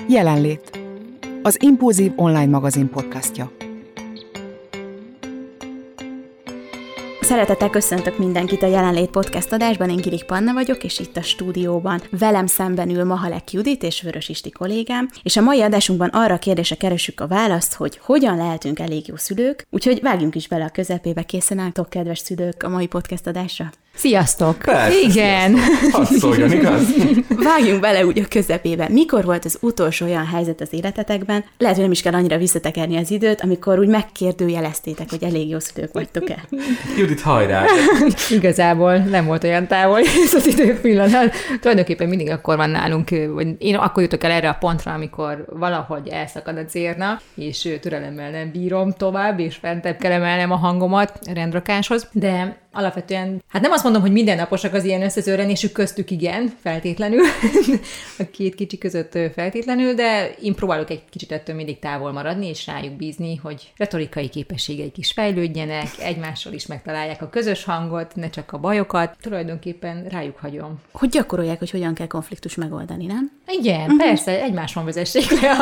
Jelenlét. Az Impulzív online magazin podcastja. Szeretettel köszöntök mindenkit a Jelenlét podcast adásban, én Girik Panna vagyok, és itt a stúdióban velem szemben ül Mahalek Judit és Vörös Isti kollégám, és a mai adásunkban arra a kérdésre keressük a választ, hogy hogyan lehetünk elég jó szülők, úgyhogy vágjunk is bele a közepébe, készen álltok, kedves szülők, a mai podcast adásra? Sziasztok! Persze, igen! Hadd szóljon, igaz? Vágjunk bele úgy a közepébe. Mikor volt az utolsó olyan helyzet az életetekben, lehet, hogy nem is kell annyira visszatekerni az időt, amikor úgy megkérdőjeleztétek, hogy elég jó szülők vagytok-e? Judit, hajrá! Igazából nem volt olyan távol ez az időpillanat. Tulajdonképpen mindig akkor van nálunk, vagy én akkor jutok el erre a pontra, amikor valahogy elszakad a cérna, és türelemmel nem bírom tovább, és fentebb kell emelnem a hangomat rendrakáshoz, de alapvetően, hát nem azt mondom, hogy mindennaposak az ilyen összezörrenésük, köztük igen, feltétlenül, a két kicsi között feltétlenül, de én próbálok egy kicsit ettől mindig távol maradni, és rájuk bízni, hogy retorikai képességeik is fejlődjenek, egymással is megtalálják a közös hangot, ne csak a bajokat, tulajdonképpen rájuk hagyom. Hogy gyakorolják, hogy hogyan kell konfliktus megoldani, nem? Igen, persze, egymáson vezessék le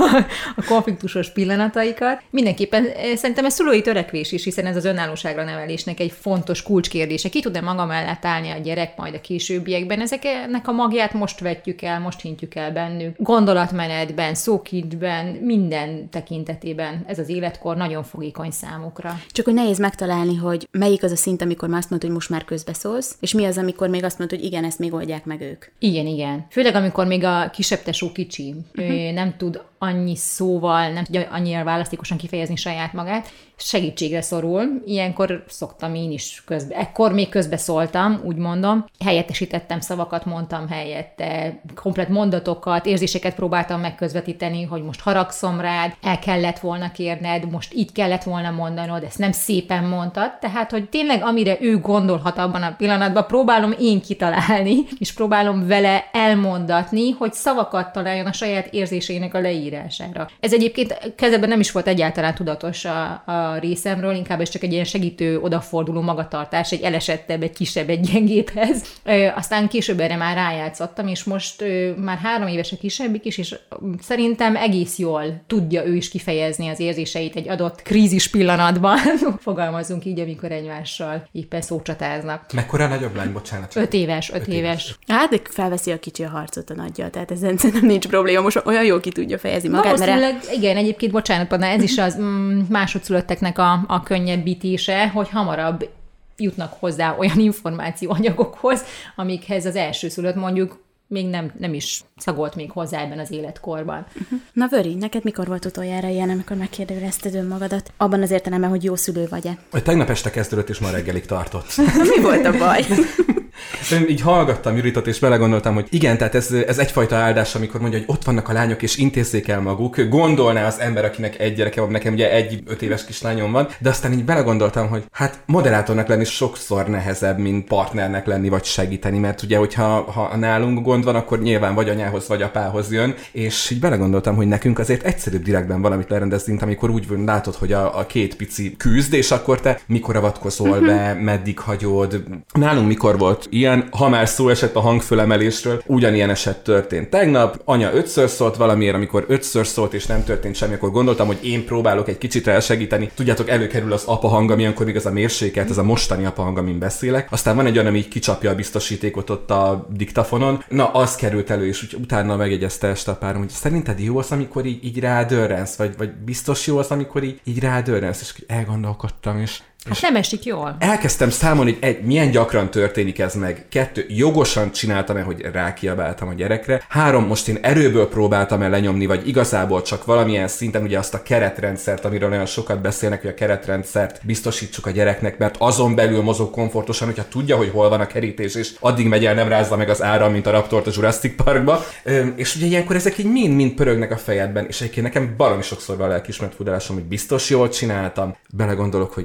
a konfliktusos pillanataikat. Mindenképpen szerintem ez szülői törekvés is, hiszen ez az önállóságra nevelésnek egy fontos kulcskérdése. Ki tud-e maga mellett állni a gyerek majd a későbbiekben? Ezeknek a magját most vetjük el, most hintjük el bennük. Gondolatmenetben, szókidben, minden tekintetében ez az életkor nagyon fogékony számukra. Csak hogy nehéz megtalálni, hogy melyik az a szint, amikor már azt mondod, hogy most már közbeszólsz, és mi az, amikor még azt mondod, hogy igen, ezt még oldják meg ők. Igen. Főleg, amikor még a kisebb tesó kicsi, nem tud annyi szóval, nem tudja annyira választékosan kifejezni saját magát, segítségre szorul. Ilyenkor szoktam én is ekkor még közbeszóltam, úgy mondom. Helyettesítettem szavakat, mondtam helyette, komplett mondatokat, érzéseket próbáltam megközvetíteni, hogy most haragszom rád, el kellett volna kérned, most így kellett volna mondanod, ezt nem szépen mondtad. Tehát, hogy tényleg amire ő gondolhat abban a pillanatban, próbálom én kitalálni, és próbálom vele elmondatni, hogy szavakat találjon a saját érzéseinek a leírására. Ez egyébként kezdetben nem is volt egyáltalán tudatos a részemről, inkább ez csak egy ilyen segítő, odaforduló magatartás, egy elesettebb, egy kisebb, egy gyengébhez. Aztán később erre már rájátszottam, és most már 3 éves a kisebbik is, és szerintem egész jól tudja ő is kifejezni az érzéseit egy adott krízis pillanatban. Fogalmazunk így, amikor egymással éppen szócsatáznak. Mekkora a nagyobb lány, bocsánat? 5 éves. Hát, de felveszi a kicsi a harcot a nagyjal, tehát ezen szerintem nincs probléma, most olyan jól ki tudja fejezni magát. Valószínűleg, igen, egyébként, bocsánat, Panna, ez is az másodszülötteknek a könnyebbítése, hogy hamarabb jutnak hozzá olyan információanyagokhoz, amikhez az elsőszülött mondjuk még nem is szagolt még hozzá ebben az életkorban. Na Vöri, neked mikor volt utoljára ilyen, amikor megkérdőjelezted önmagadat? Abban az értelemben, hogy jó szülő vagy-e? Tegnap este kezdődött, és ma reggelig tartott. Mi volt a baj? Én így hallgattam Juritot, és belegondoltam, hogy igen, tehát ez egyfajta áldás, amikor mondja, hogy ott vannak a lányok, és intézzék el maguk. Gondolná az ember, akinek egy gyereke van, nekem ugye egy 5 éves kislányom van, de aztán így belegondoltam, hogy hát moderátornak lenni sokszor nehezebb, mint partnernek lenni, vagy segíteni, mert ugye, hogyha nálunk gond van, akkor nyilván vagy anyához, vagy apához jön, és így belegondoltam, hogy nekünk azért egyszerűbb direktben valamit lerendezni, mint amikor úgy látod, hogy a két pici küzd, és akkor te mikor avatkozol be, meddig hagyod. Nálunk mikor volt ilyen, ha már szó esett a hangfölemelésről, ugyanilyen eset történt tegnap, anya 5-ször szólt valamiért, amikor 5-ször szólt és nem történt semmi, akkor gondoltam, hogy én próbálok egy kicsit elsegíteni. Tudjátok, előkerül az apa hang, ami amikor még az a mérsékelt, ez a mostani apa hang, amin beszélek. Aztán van egy olyan, ami így kicsapja a biztosítékot ott a diktafonon. Na, az került elő, és utána megjegyezte este a párom, hogy szerinted jó az, amikor így rádörrensz, vagy biztos jó az, amikor így rádörrensz, és elgondolkodtam, és Hát nem esik jól. Elkezdtem számolni, hogy milyen gyakran történik ez meg. 2, jogosan csináltam-e, hogy rákiabáltam a gyerekre. 3, most én erőből próbáltam el lenyomni, vagy igazából csak valamilyen szinten ugye azt a keretrendszert, amiről olyan sokat beszélnek, hogy a keretrendszert biztosítsuk a gyereknek, mert azon belül mozog komfortosan, hogyha tudja, hogy hol van a kerítés, és addig megy el, nem rázza meg az áram, mint a raptort a Jurassic Parkba. És ugye ilyenkor ezek így mind pörögnek a fejedben, és egyébként nekem baromi sokszor van a lelkiismeret fudalásom, hogy biztos jól csináltam. Belegondolok, hogy nem lesz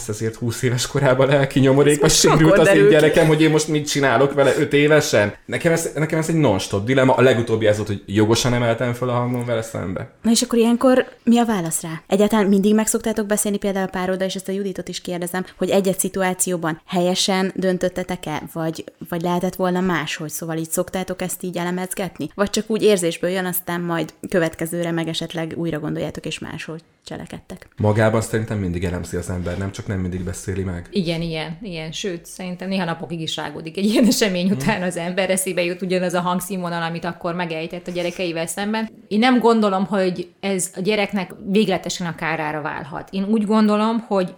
lesz ezért 20 éves korában lelkinyomorék, vagy sérült az én gyerekem, hogy én most mit csinálok vele 5 évesen? Nekem ez egy non-stop dilemma. A legutóbbi ez volt, hogy jogosan emeltem fel a hangom vele szembe. Na és akkor ilyenkor mi a válasz rá? Egyáltalán mindig meg szoktátok beszélni például a pároddal, és ezt a Juditot is kérdezem, hogy egy-egy szituációban helyesen döntöttetek-e, vagy lehetett volna máshogy, szóval így szoktátok ezt így elemezgetni? Vagy csak úgy érzésből jön, aztán majd következőre meg esetleg újra gondoljátok, és máshogy cselekedtek? Magában szerintem mindig elemzi az ember, nem csak nem mindig beszéli meg. Igen. Sőt, szerintem néha napokig is rágódik egy ilyen esemény után az ember, eszébe jut ugyanaz a hangszínvonal, amit akkor megejtett a gyerekeivel szemben. Én nem gondolom, hogy ez a gyereknek végletesen a kárára válhat. Én úgy gondolom, hogy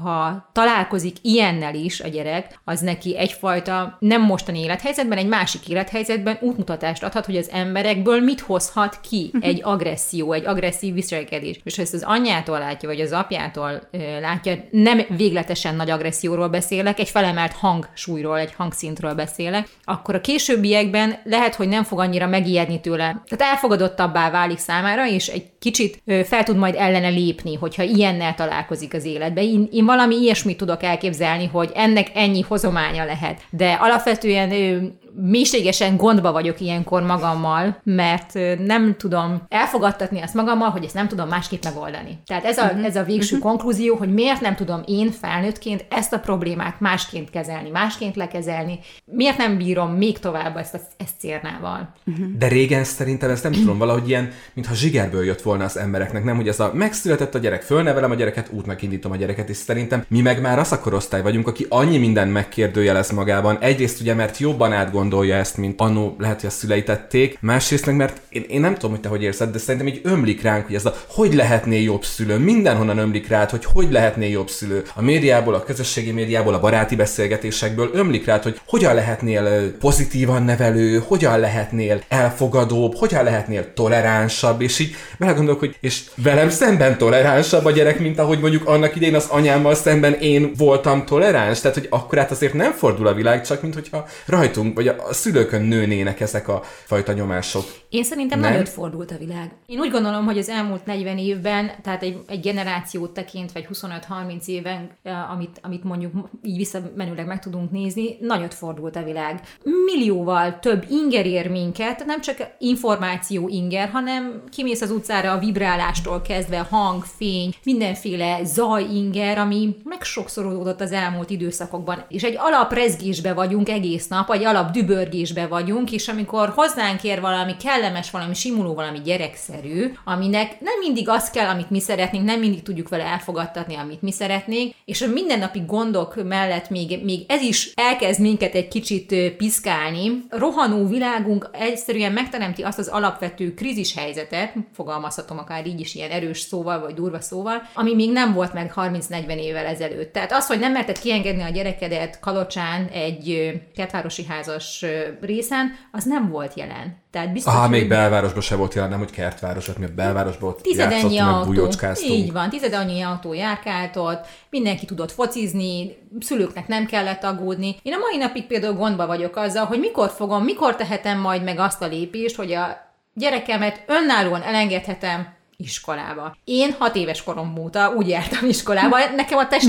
ha találkozik ilyennel is a gyerek, az neki egyfajta nem mostani élethelyzetben, egy másik élethelyzetben útmutatást adhat, hogy az emberekből mit hozhat ki egy agresszió, egy agresszív viselkedés. És ha ezt az anyjától látja, vagy az apjától látja, nem végletesen nagy agresszióról beszélek, egy felemelt hangsúlyról, egy hangszintről beszélek, akkor a későbbiekben lehet, hogy nem fog annyira megijedni tőle. Tehát elfogadottabbá válik számára, és egy kicsit fel tud majd ellene lépni, hogyha ilyennel találkozik az életben. Én valami ilyesmit tudok elképzelni, hogy ennek ennyi hozománya lehet. De alapvetően mélységesen gondba vagyok ilyenkor magammal, mert nem tudom elfogadtatni azt magammal, hogy ezt nem tudom másképp megoldani. Tehát ez a végső konklúzió, hogy miért nem tudom én felnőttként ezt a problémát másként kezelni, másként lekezelni, miért nem bírom még tovább ezt cérnával. De régen szerintem ezt nem tudom, valahogy ilyen, mintha zsigerből jött volna az embereknek, nem, hogy ez a megszületett a gyerek, fölnevelem a gyereket, útnak indítom a gyereket, és szerintem mi meg már az a korosztály vagyunk, aki annyi mindent megkérdőjelez magában. Egyrészt ugye, mert jobban átgondolja ezt, mint annó lehet, hogy a szülei tették, másrészt meg, mert én nem tudom, hogy te hogy érzed, de szerintem így ömlik ránk, hogy ez a hogy lehetnél jobb szülő, mindenhonnan ömlik rád, hogy lehetnél jobb szülő. A médiából, a közösségi médiából, a baráti beszélgetésekből ömlik rád, hogy hogyan lehetnél pozitívan nevelő, hogyan lehetnél elfogadóbb, hogyan lehetnél toleránsabb, és így belegondolok, hogy és velem szemben toleránsabb a gyerek, mint ahogy mondjuk annak idején az anyámmal szemben én voltam toleráns, tehát hogy akkor hát azért nem fordul a világ, csak mint hogyha rajtunk, vagy a szülőkön nőnének ezek a fajta nyomások. Én szerintem nagyot fordult a világ. Én úgy gondolom, hogy az elmúlt 40 évben, tehát egy generációt tekintve, vagy 25-30 éven, amit mondjuk így visszamenőleg meg tudunk nézni, nagyot fordult a világ. Millióval több inger ér minket, nem csak információ inger, hanem kimész az utcára a vibrálástól kezdve, hang, fény, mindenféle zaj inger, ami megsokszorozódott az elmúlt időszakokban. És egy alaprezgésbe vagyunk egész nap, egy alapdübörgésbe vagyunk, és amikor hozzánk ér valami kellemes, valami simuló, valami gyerekszerű, aminek nem mindig az kell, amit mi szeretnénk, nem mindig tudjuk vele elfogadtatni, amit mi szeretnénk, és a mindennapi gondok mellett még ez is elkezd minket egy kicsit piszkálni. Rohanó világunk egyszerűen megteremti azt az alapvető krízishelyzetet, fogalmazhatom akár így is ilyen erős szóval, vagy durva szóval, ami még nem volt meg 30-40 évvel ezelőtt. Tehát az, hogy nem merted kiengedni a gyerekedet Kalocsán egy kertvárosi házas részen, az nem volt jelen. Tehát biztos, még belvárosban se volt jelen, nem, hogy kertvárosban, mi a belvárosban ott tizedennyi játszottunk, meg bujócskáztunk. Így van, tizedannyi autó járkáltott, mindenki tudott focizni, szülőknek nem kellett aggódni. Én a mai napig például gondba vagyok azzal, hogy mikor tehetem majd meg azt a lépést, hogy a gyerekemet önállóan elengedhetem iskolába. Én 6 éves korom óta úgy jártam iskolába, nekem a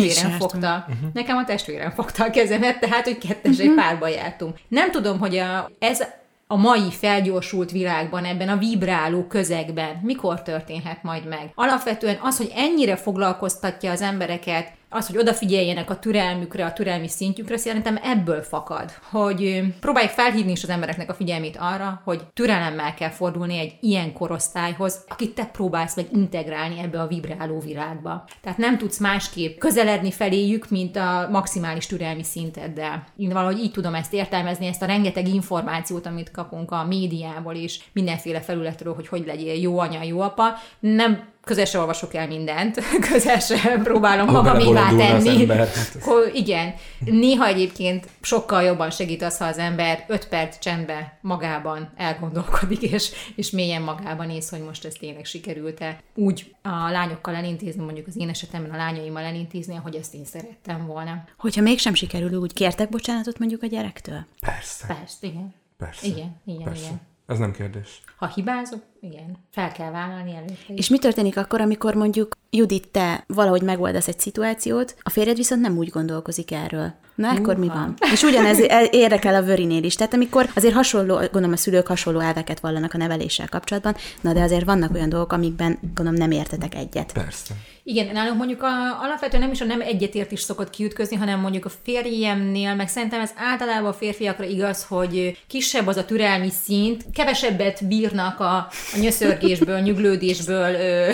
testvérem fogta a kezemet, tehát, hogy kettesen párba jártunk. Nem tudom, hogy ez a mai felgyorsult világban, ebben a vibráló közegben mikor történhet majd meg. Alapvetően az, hogy ennyire foglalkoztatja az embereket, az, hogy odafigyeljenek a türelmükre, a türelmi szintjükre, szerintem ebből fakad, hogy próbáljuk felhívni is az embereknek a figyelmét arra, hogy türelemmel kell fordulni egy ilyen korosztályhoz, akit te próbálsz meg integrálni ebbe a vibráló világba. Tehát nem tudsz másképp közeledni feléjük, mint a maximális türelmi szinteddel. Én valahogy így tudom ezt értelmezni, ezt a rengeteg információt, amit kapunk a médiából és mindenféle felületről, hogy legyél jó anya, jó apa. Nem közel se olvasok el mindent, közel se próbálom magamévá tenni. Igen. Néha egyébként sokkal jobban segít az, ha az ember 5 perc csendbe magában elgondolkodik, és mélyen magában néz, hogy most ez tényleg sikerült-e úgy a lányokkal elintézni, mondjuk az én esetemben a lányaimmal elintézni, ahogy ezt én szerettem volna. Hogyha mégsem sikerül, úgy kértek bocsánatot mondjuk a gyerektől? Persze. Igen. Persze. Igen. Ez nem kérdés. Ha hibázok, igen, fel kell vállalni előtte. És mi történik akkor, amikor mondjuk Judit, te valahogy megoldasz egy szituációt, a férjed viszont nem úgy gondolkozik erről. Na, akkor mi van? És ugyanez érdekel a Vörinél is. Tehát amikor azért hasonló, gondolom a szülők hasonló elveket vallanak a neveléssel kapcsolatban, na de azért vannak olyan dolgok, amikben gondolom nem értetek egyet. Persze. Igen, nálunk mondjuk alapvetően nem is a nem egyetértés szokott kiütközni, hanem mondjuk a férjemnél, meg szerintem ez általában a férfiakra igaz, hogy kisebb az a türelmi szint, kevesebbet bírnak a nyöszörgésből, nyüglődésből,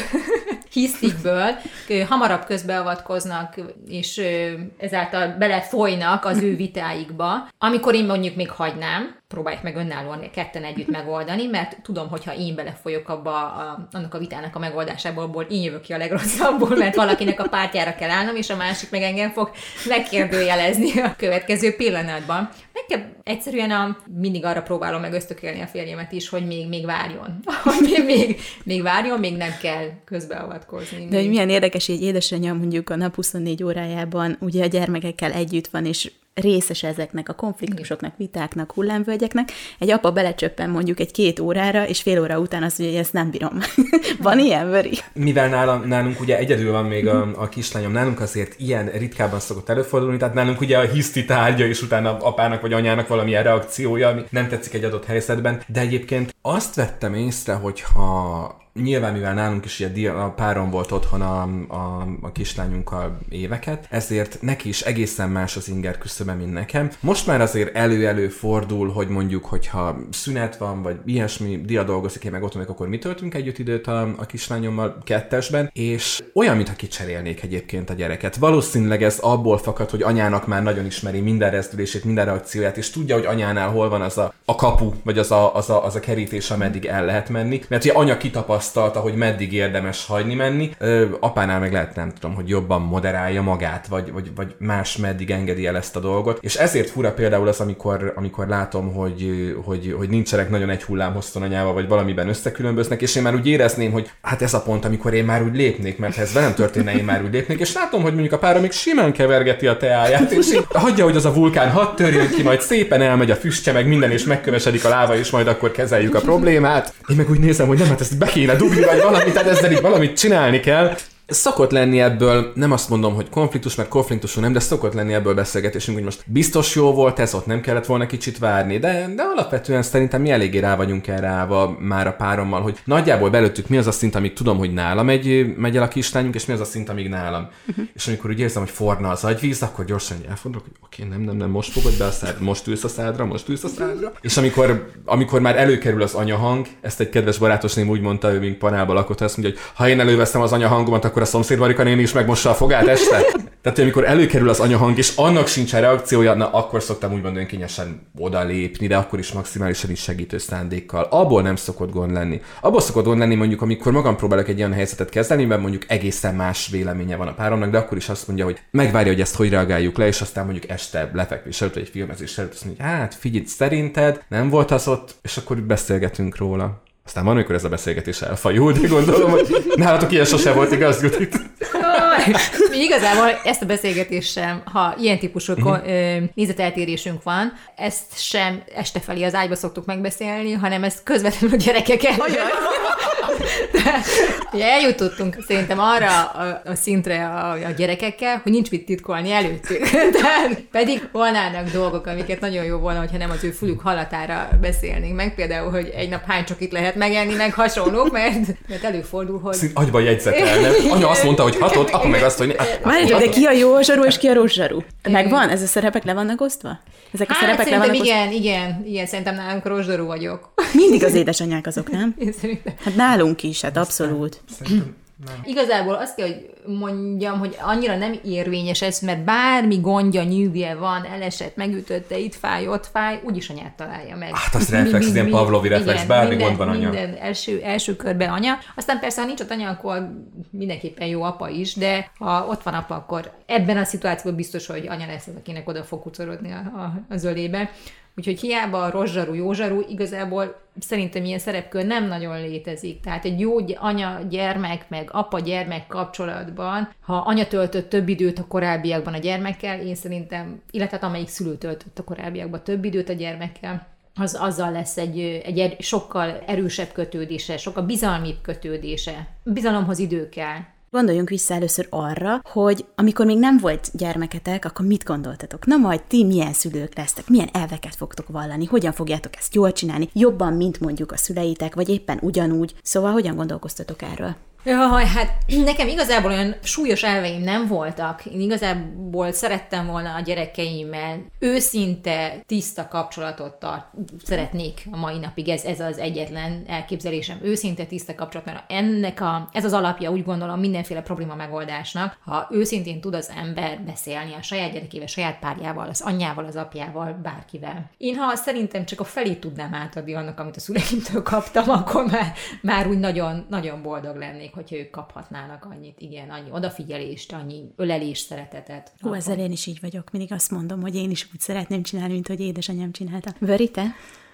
hisztikből, hamarabb közbeavatkoznak, és ezáltal belefolynak az ő vitáikba. Amikor én mondjuk még hagynám, próbáljuk meg önállóan ketten együtt megoldani, mert tudom, hogyha én belefolyok annak a vitának a megoldásából, abból én jövök ki a legrosszabbul, mert valakinek a pártjára kell állnom, és a másik meg engem fog megkérdőjelezni a következő pillanatban. Meg kell egyszerűen mindig arra próbálom meg ösztökélni a férjemet is, hogy még várjon. még várjon, még nem kell közbeavatkozni. De hogy milyen érdekes, hogy egy édesanyja mondjuk a nap 24 órájában ugye a gyermekekkel együtt van, és részes ezeknek a konfliktusoknak, vitáknak, hullámvölgyeknek. Egy apa belecsöppen mondjuk egy 2 órára, és fél óra után azt mondja, hogy ezt nem bírom. Van ilyen, Vöri? Mivel nálunk ugye egyedül van még a kislányom, nálunk azért ilyen ritkábban szokott előfordulni, tehát nálunk ugye a hiszti tárgya, és utána apának vagy anyának valamilyen reakciója, ami nem tetszik egy adott helyzetben, de egyébként azt vettem észre, hogyha nyilván, mivel nálunk is ilyen a párom volt otthon a kislányunkkal éveket, ezért neki is egészen más az inger küszöbe, mint nekem. Most már azért elő-elő fordul, hogy mondjuk, hogyha szünet van, vagy ilyesmi, Dia dolgozik, én meg otthon, akkor mi töltünk együtt időt a kislányommal kettesben, és olyan, mintha kicserélnék egyébként a gyereket. Valószínűleg ez abból fakad, hogy anyának már nagyon ismeri minden rezdülését, minden reakcióját, és tudja, hogy anyánál hol van az a kapu, vagy az a kerítés, ameddig el lehet menni. Mert ugye anya kitapasztalta, hogy meddig érdemes hagyni menni. Apánál meg lehet, nem tudom, hogy jobban moderálja magát, vagy más meddig engedi el ezt a dolgot. És ezért fura például az, amikor látom, hogy nincsenek nagyon egy hullámhosszon anyával, vagy valamiben összekülönböznek, és én már úgy érezném, hogy hát ez a pont, amikor én már úgy lépnék, mert ha ez velem történne, én már úgy lépnék, és látom, hogy mondjuk a pára még simán kevergeti a teáját, és így hagyja, hogy az a vulkán hadd törjön ki, majd szépen elmegy a füstje, meg minden, és megkövesedik a láva, és majd akkor kezeljük a problémát. Én meg úgy nézem, hogy nem, hát ezt be kéne dugni, vagy valamit, tehát ezzel így valamit csinálni kell. Szokott lenni ebből, nem azt mondom, hogy konfliktus, mert konfliktusú nem, de szokott lenni ebből beszélgetésünk, hogy most biztos jó volt ez, ott nem kellett volna kicsit várni, de alapvetően szerintem mi eléggé rá vagyunk erre állva már a párommal, hogy nagyjából belőttük mi az a szint, amíg tudom, hogy nálam megy el a kislányunk, és mi az a szint, amíg nálam. És amikor úgy érzem, hogy forna az agyvíz, akkor gyorsan elfordulok, hogy oké, nem, most fogod be a szád, most ülsz a szádra. És amikor már előkerül az anyahang, ezt egy kedves barátosném úgy mondta, ő még panelba lakott, azt mondja, hogy ha én előveszem az anyahangomat, akkor a szomszéd Marika néni is megmossa a fogát este. Tehát, amikor előkerül az anyahang, és annak sincs reakciója, na akkor szoktam úgymond önkényesen odalépni, de akkor is maximálisan is segítő szándékkal. Abból nem szokott gond lenni. Abból szokott gond lenni, mondjuk, amikor magam próbálok egy olyan helyzetet kezelni, mert mondjuk egészen más véleménye van a páromnak, de akkor is azt mondja, hogy megvárja, hogy ezt hogy reagáljuk le, és aztán mondjuk este lefekvés előtt, vagy egy filmezés előtt azt mondja, hát figyelj, szerinted nem volt az ott, és akkor beszélgetünk róla. Aztán van, amikor ez a beszélgetés elfajul, de gondolom, hogy nálatok ilyen sose volt, igaz, Judit? Mi igazából ezt a beszélgetést sem, ha ilyen típusú nézeteltérésünk van, ezt sem este felé az ágyba szoktuk megbeszélni, hanem ezt közvetlenül a gyerekekkel. Eljutottunk szerintem arra a szintre a gyerekekkel, hogy nincs mit titkolni előttük. Pedig volnának dolgok, amiket nagyon jó volna, hogyha nem az ő fülük hallatára beszélnénk meg. Például, hogy egy nap hány csokit lehet megenni, meg hasonlók, mert előfordul, hogy... Agyban jegyzetelne. Anya azt mondta, hogy 6, apa meg azt, hogy... Várjátok, de ki a jó zsaru és ki a rossz zsaru? Megvan? Ez a szerepek le vannak osztva? Ezek a szerepek le vannak osztva? Igen, szerintem nálunk rossz zsaru vagyok. Mindig az édesanyák azok, nem? Én szerintem. Hát nálunk is, hát abszolút. Nem. Igazából azt kell, hogy mondjam, hogy annyira nem érvényes ez, mert bármi gondja, nyűgje van, elesett, megütötte, itt fáj, ott fáj, úgyis anyát találja meg. Hát az reflex, ilyen Pavlovi reflex, bármi gond van anya. Minden első körben anya. Aztán persze, ha nincs ott anya, akkor mindenképpen jó apa is, de ha ott van apa, akkor ebben a szituációban biztos, hogy anya lesz az, akinek oda fog kucorodni a zölébe. Úgyhogy hiába a rossz zsaru, jó zsaru, igazából szerintem ilyen szerepkör nem nagyon létezik. Tehát egy jó anya-gyermek, meg apa-gyermek kapcsolatban, ha anya töltött több időt a korábbiakban a gyermekkel, én szerintem, illetve amelyik szülő töltött a korábbiakban több időt a gyermekkel, azzal lesz egy sokkal erősebb kötődése, sokkal bizalmibb kötődése. Bizalomhoz idő kell. Gondoljunk vissza először arra, hogy amikor még nem volt gyermeketek, akkor mit gondoltatok? Na majd ti milyen szülők lesztek, milyen elveket fogtok vallani, hogyan fogjátok ezt jól csinálni, jobban, mint mondjuk a szüleitek, vagy éppen ugyanúgy. Szóval hogyan gondolkoztatok erről? Jaj, hát nekem igazából olyan súlyos elveim nem voltak. Én igazából szerettem volna a gyerekeimmel őszinte, tiszta kapcsolatot szeretnék a mai napig. Ez az egyetlen elképzelésem. Őszinte, tiszta kapcsolat, mert ez az alapja, úgy gondolom, mindenféle probléma megoldásnak. Ha őszintén tud az ember beszélni a saját gyerekével, saját párjával, az anyjával, az apjával, bárkivel. Én szerintem csak a felét tudnám átadni annak, amit a szüleimtől kaptam, akkor már úgy nagyon, nagyon boldog lennék, hogyha ők kaphatnának annyit, igen, annyi odafigyelést, annyi ölelést, szeretetet. Ezzel én is így vagyok. Mindig azt mondom, hogy én is úgy szeretném csinálni, mint hogy édesanyám csinálta. Vöri, te?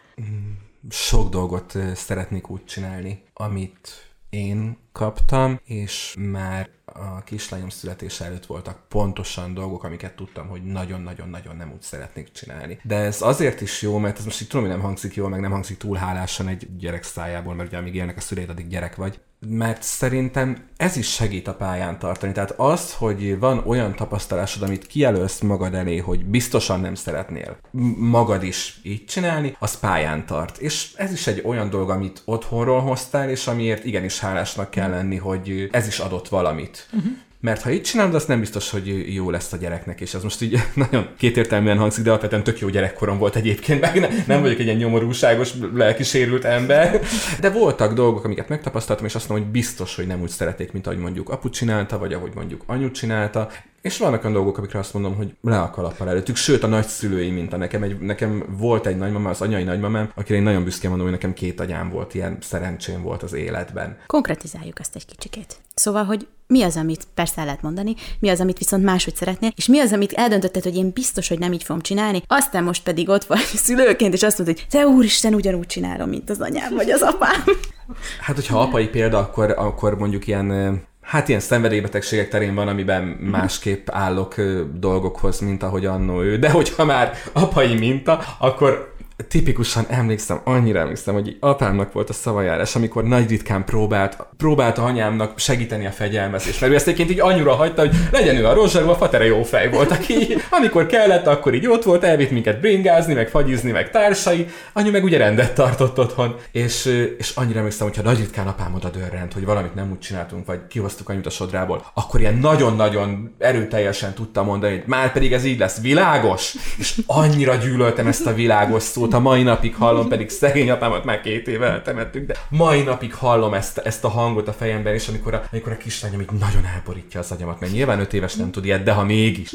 Sok dolgot szeretnék úgy csinálni, amit én kaptam, és már a kislányom születése előtt voltak pontosan dolgok, amiket tudtam, hogy nagyon-nagyon-nagyon nem úgy szeretnék csinálni. De ez azért is jó, mert ez most így tudom, hogy nem hangzik jól, meg nem hangzik túl hálásan egy gyerek szájából, mert ugye amíg élnek a szüleid, addig gyerek vagy. Mert szerintem ez is segít a pályán tartani. Tehát az, hogy van olyan tapasztalásod, amit kijelölsz magad elé, hogy biztosan nem szeretnél magad is így csinálni, az pályán tart. És ez is egy olyan dolog, amit otthonról hoztál, és amiért igenis hálásnak kell lenni, hogy ez is adott valamit. Mert ha így csinálod, az nem biztos, hogy jó lesz a gyereknek, és az most így nagyon kétértelműen hangzik, de alapvetően tök jó gyerekkorom volt egyébként, meg nem vagyok egy ilyen nyomorúságos, lelkisérült ember, de voltak dolgok, amiket megtapasztaltam, és azt mondom, hogy biztos, hogy nem úgy szerették, mint ahogy mondjuk apu csinálta, vagy ahogy mondjuk anyu csinálta, és vannak olyan dolgok, amikre azt mondom, hogy le a kalappal előttük, sőt a nagyszülői minta. Nekem volt egy nagymamám, az anyai nagymamám, akire én nagyon büszkén mondom, hogy nekem 2 agyám volt, ilyen szerencsém volt az életben. Konkretizáljuk ezt egy kicsikét. Szóval, hogy mi az, amit persze el lehet mondani, mi az, amit viszont máshogy szeretnél, és mi az, amit eldöntötted, hogy én biztos, hogy nem így fogom csinálni, aztán most pedig ott vagy szülőként, és azt mondod, hogy te úristen, ugyanúgy csinálom, mint az anyám vagy az apám. Hát, hogyha apai példa, akkor mondjuk ilyen szenvedélybetegségek terén van, amiben másképp állok dolgokhoz, mint ahogy annó ő. De hogyha már apai minta, akkor tipikusan annyira emlékszem, hogy apámnak volt a szavajárás, amikor nagy ritkán próbálta anyámnak segíteni a fegyelmezést. Mert ő ezt egyébként így anyura hagyta, hogy legyen ő a rozsarú, a fatere jó fej volt, aki amikor kellett, akkor így ott volt, elvitt minket bringázni, meg fagyizni, meg társai, anyu meg ugye rendet tartott otthon. És annyira emlékszem, hogyha nagy ritkán apám oda dörrent, hogy valamit nem úgy csináltunk, vagy kihoztuk anyut a sodrából, akkor ilyen nagyon-nagyon erőteljesen tudta mondani, hogy már pedig ez így lesz, világos? És annyira gyűlöltem ezt a világos szót, a mai napig hallom, pedig szegény apámat már 2 éve eltemettük, de mai napig hallom ezt a hangot a fejemben, és amikor a kislányom így nagyon elborítja az agyamat, mert nyilván 5 éves nem tud ilyet, de ha mégis.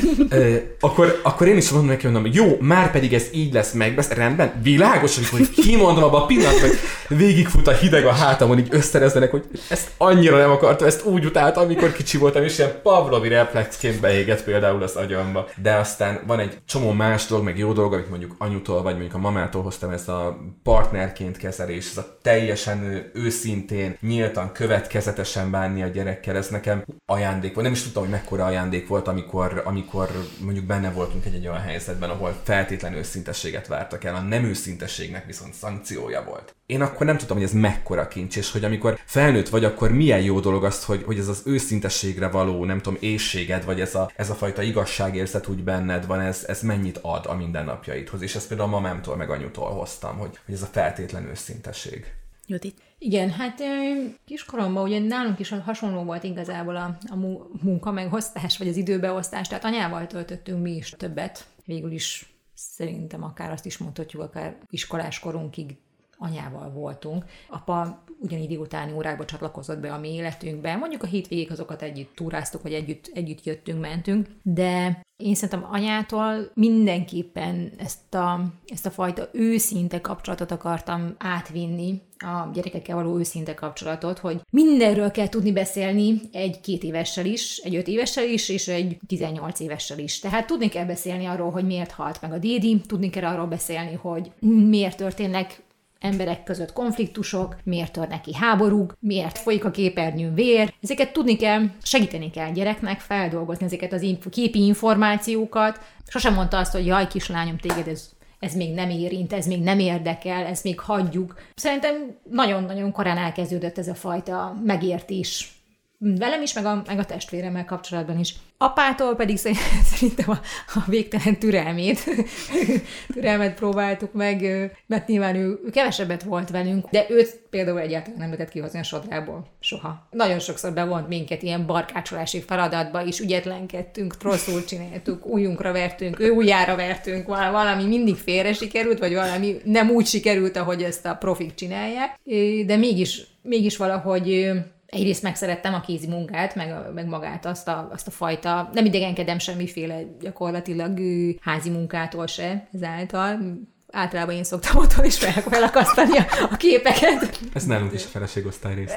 Akkor én is mondom neki, hogy jó, már pedig ez így lesz, rendben, világos, hogy kimondom abban a pillanatban, hogy végigfut a hideg a hátamon, így összerezzenek, hogy ezt annyira nem akartam, ezt úgy utáltam, amikor kicsi voltam, és ilyen Pavlovi reflexként beégett például az agyamba. De aztán van egy csomó más dolog, meg jó dolog, amit mondjuk anyutól, vagy mondjuk a mamától hoztam, ez a partnerként kezelés, ez a teljesen őszintén, nyíltan, következetesen bánni a gyerekkel, ez nekem ajándék volt. Nem is tudtam, hogy mekkora ajándék volt, amikor mondjuk benne voltunk egy olyan helyzetben, ahol feltétlen őszintességet vártak el, a nem őszintességnek viszont szankciója volt. Én akkor nem tudtam, hogy ez mekkora kincs, és hogy amikor felnőtt vagy, akkor milyen jó dolog az, hogy ez az őszintességre való, nem tudom, éhséged, vagy ez a fajta igazságérzet úgy benned van, ez mennyit ad a mindennapjaidhoz. És ezt például a mamámtól meg anyutól hoztam, hogy ez a feltétlen őszintesség. Judit. Igen, hát kiskoromban ugye nálunk is hasonló volt igazából a munka megosztás, vagy az időbeosztás, tehát anyával töltöttünk mi is többet. Végül is szerintem akár azt is mondhatjuk, akár iskolás korunkig anyával voltunk. Apa ugyanígy délutáni órákba csatlakozott be a mi életünkbe. Mondjuk a hétvégék azokat együtt túráztuk, vagy együtt jöttünk, mentünk, de én szerintem anyától mindenképpen ezt a fajta őszinte kapcsolatot akartam átvinni, a gyerekekkel való őszinte kapcsolatot, hogy mindenről kell tudni beszélni egy 2 évessel is, egy 5 évessel is, és egy 18 évessel is. Tehát tudni kell beszélni arról, hogy miért halt meg a dédi, tudni kell arról beszélni, hogy miért történnek emberek között konfliktusok, miért törnek ki háborúk, miért folyik a képernyőn vér. Ezeket tudni kell, segíteni kell gyereknek feldolgozni ezeket az képi információkat. Sosem mondta azt, hogy jaj, kislányom, téged ez még nem érint, ez még nem érdekel, ezt még hagyjuk. Szerintem nagyon-nagyon korán elkezdődött ez a fajta megértés. Velem is, meg a testvéremmel kapcsolatban is. Apától pedig szerintem a végtelen türelmet próbáltuk meg, mert nyilván ő kevesebbet volt velünk, de őt például egyáltalán nem lehetett kihozni a sodrából. Soha. Nagyon sokszor bevont minket ilyen barkácsolási feladatba is, ügyetlenkedtünk, rosszul csináltuk, ujjunkra vertünk, ő ujjára vertünk, valami mindig félre sikerült, vagy valami nem úgy sikerült, ahogy ezt a profik csinálják, de mégis valahogy egyrészt megszerettem a kézi munkát, meg magát azt a fajta, nem idegenkedem semmiféle gyakorlatilag házi munkától se ezáltal. Általában én szoktam otthon is felakasztani a képeket. Ez nálunk is a feleségosztály része.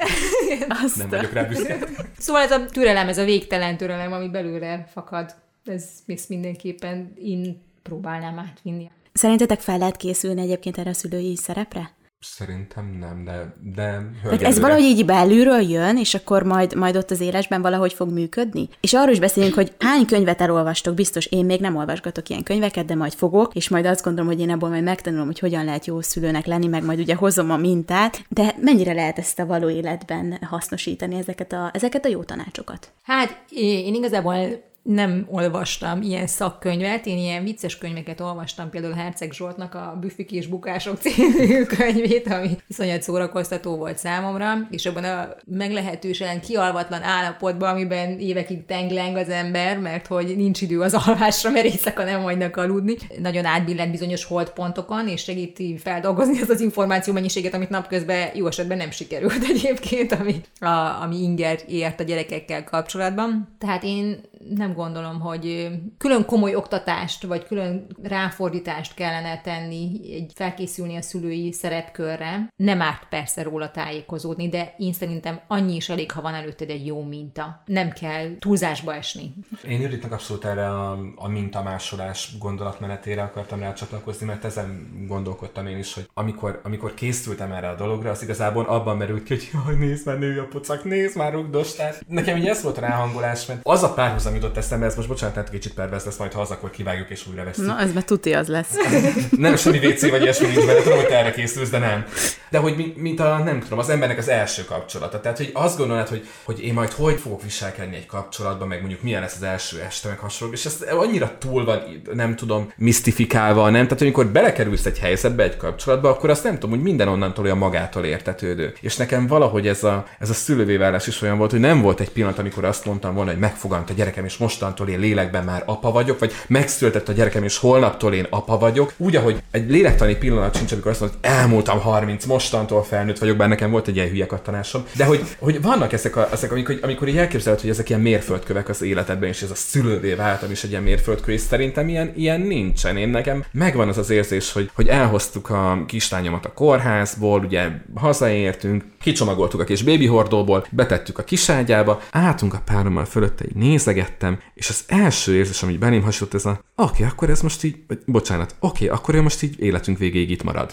Nem vagyok rá büszke. Szóval ez a türelem, ez a végtelen türelem, ami belőle fakad, ez mindenképpen én próbálnám átvinni. Szerintetek fel lehet készülni egyébként erre a szülői szerepre? Szerintem nem, de ez valahogy így belülről jön, és akkor majd ott az élesben valahogy fog működni? És arról is beszélünk, hogy hány könyvet elolvastok, biztos én még nem olvasgatok ilyen könyveket, de majd fogok, és majd azt gondolom, hogy én abból majd megtanulom, hogy hogyan lehet jó szülőnek lenni, meg ugye hozom a mintát, de mennyire lehet ezt a való életben hasznosítani, ezeket a jó tanácsokat? Hát én igazából nem olvastam ilyen szakkönyvet, én ilyen vicces könyveket olvastam, például Herceg Zsoltnak a Büffik és Bukások című könyvét, ami iszonyat szórakoztató volt számomra, és abban a meglehetősen kialvatlan állapotban, amiben évekig tengleng az ember, mert hogy nincs idő az alvásra, mert éjszaka nem hagynak aludni. Nagyon átbillent bizonyos holdpontokon, és segíti feldolgozni az információ mennyiséget, amit napközben jó esetben nem sikerült egyébként, ami inger ért a gyerekekkel kapcsolatban. Tehát én nem gondolom, hogy külön komoly oktatást, vagy külön ráfordítást kellene tenni, felkészülni a szülői szerepkörre. Nem árt persze róla tájékozódni, de én szerintem annyi is elég, ha van előtted egy jó minta. Nem kell túlzásba esni. Én Juditnak abszolút erre a mintamásolás gondolatmenetére akartam rácsatlakozni, mert ezen gondolkodtam én is, hogy amikor készültem erre a dologra, az igazából abban merült ki, hogy jaj, nézd már, nőj a pocak, nézd már, rugdostál. Nekem így ez volt a ráhangolás, mert az a párhuzam jutott eszembe, ez most bocsánat, nem kicsit pervers lesz, majd ha az, akkor kivágjuk és újra veszünk. Na, ez már tuti az lesz. Nem semmi WC vagy ilyesmi nincs benne, tudom, hogy te erre készülsz, de nem. De hogy mint nem tudom, az embernek az első kapcsolata. Tehát, hogy azt gondolod, hogy én majd hogy fogok viselkedni egy kapcsolatban, meg mondjuk milyen lesz az első este, meg hasonló, és ez annyira túl van, nem tudom, misztifikálva, nem? Tehát, amikor belekerülsz egy helyzetbe, egy kapcsolatba, akkor azt nem tudom, hogy minden onnantól olyan magától értetődő. És nekem valahogy ez a szülővé válás is olyan volt, hogy nem volt egy pillanat, amikor azt mondtam volna, hogy megfogant a gyerekem, és mostantól én lélekben már apa vagyok, vagy megszületett a gyerekem, és holnaptól én apa vagyok. Úgy, ahogy egy lélektani pillanat sincs, amikor azt mondod, hogy elmúltam 30, mostantól felnőtt vagyok, bár nekem volt egy ilyen hülye kattanásom. De hogy vannak ezek amikor így elképzeled, hogy ezek ilyen mérföldkövek az életedben, és ez a szülővé váltam is egy ilyen mérföldkő, és szerintem ilyen nincsen. Én nekem megvan az érzés, hogy elhoztuk a kislányomat a kórházból, ugye hazaértünk, kicsomagoltuk a kis bébihordóból, betettük a kiságyába, álltunk a párommal fölötte, így nézegettem, és az első érzés, ami belém hasonlott, ez oké, akkor ez most így, akkor ő most így életünk végéig itt marad.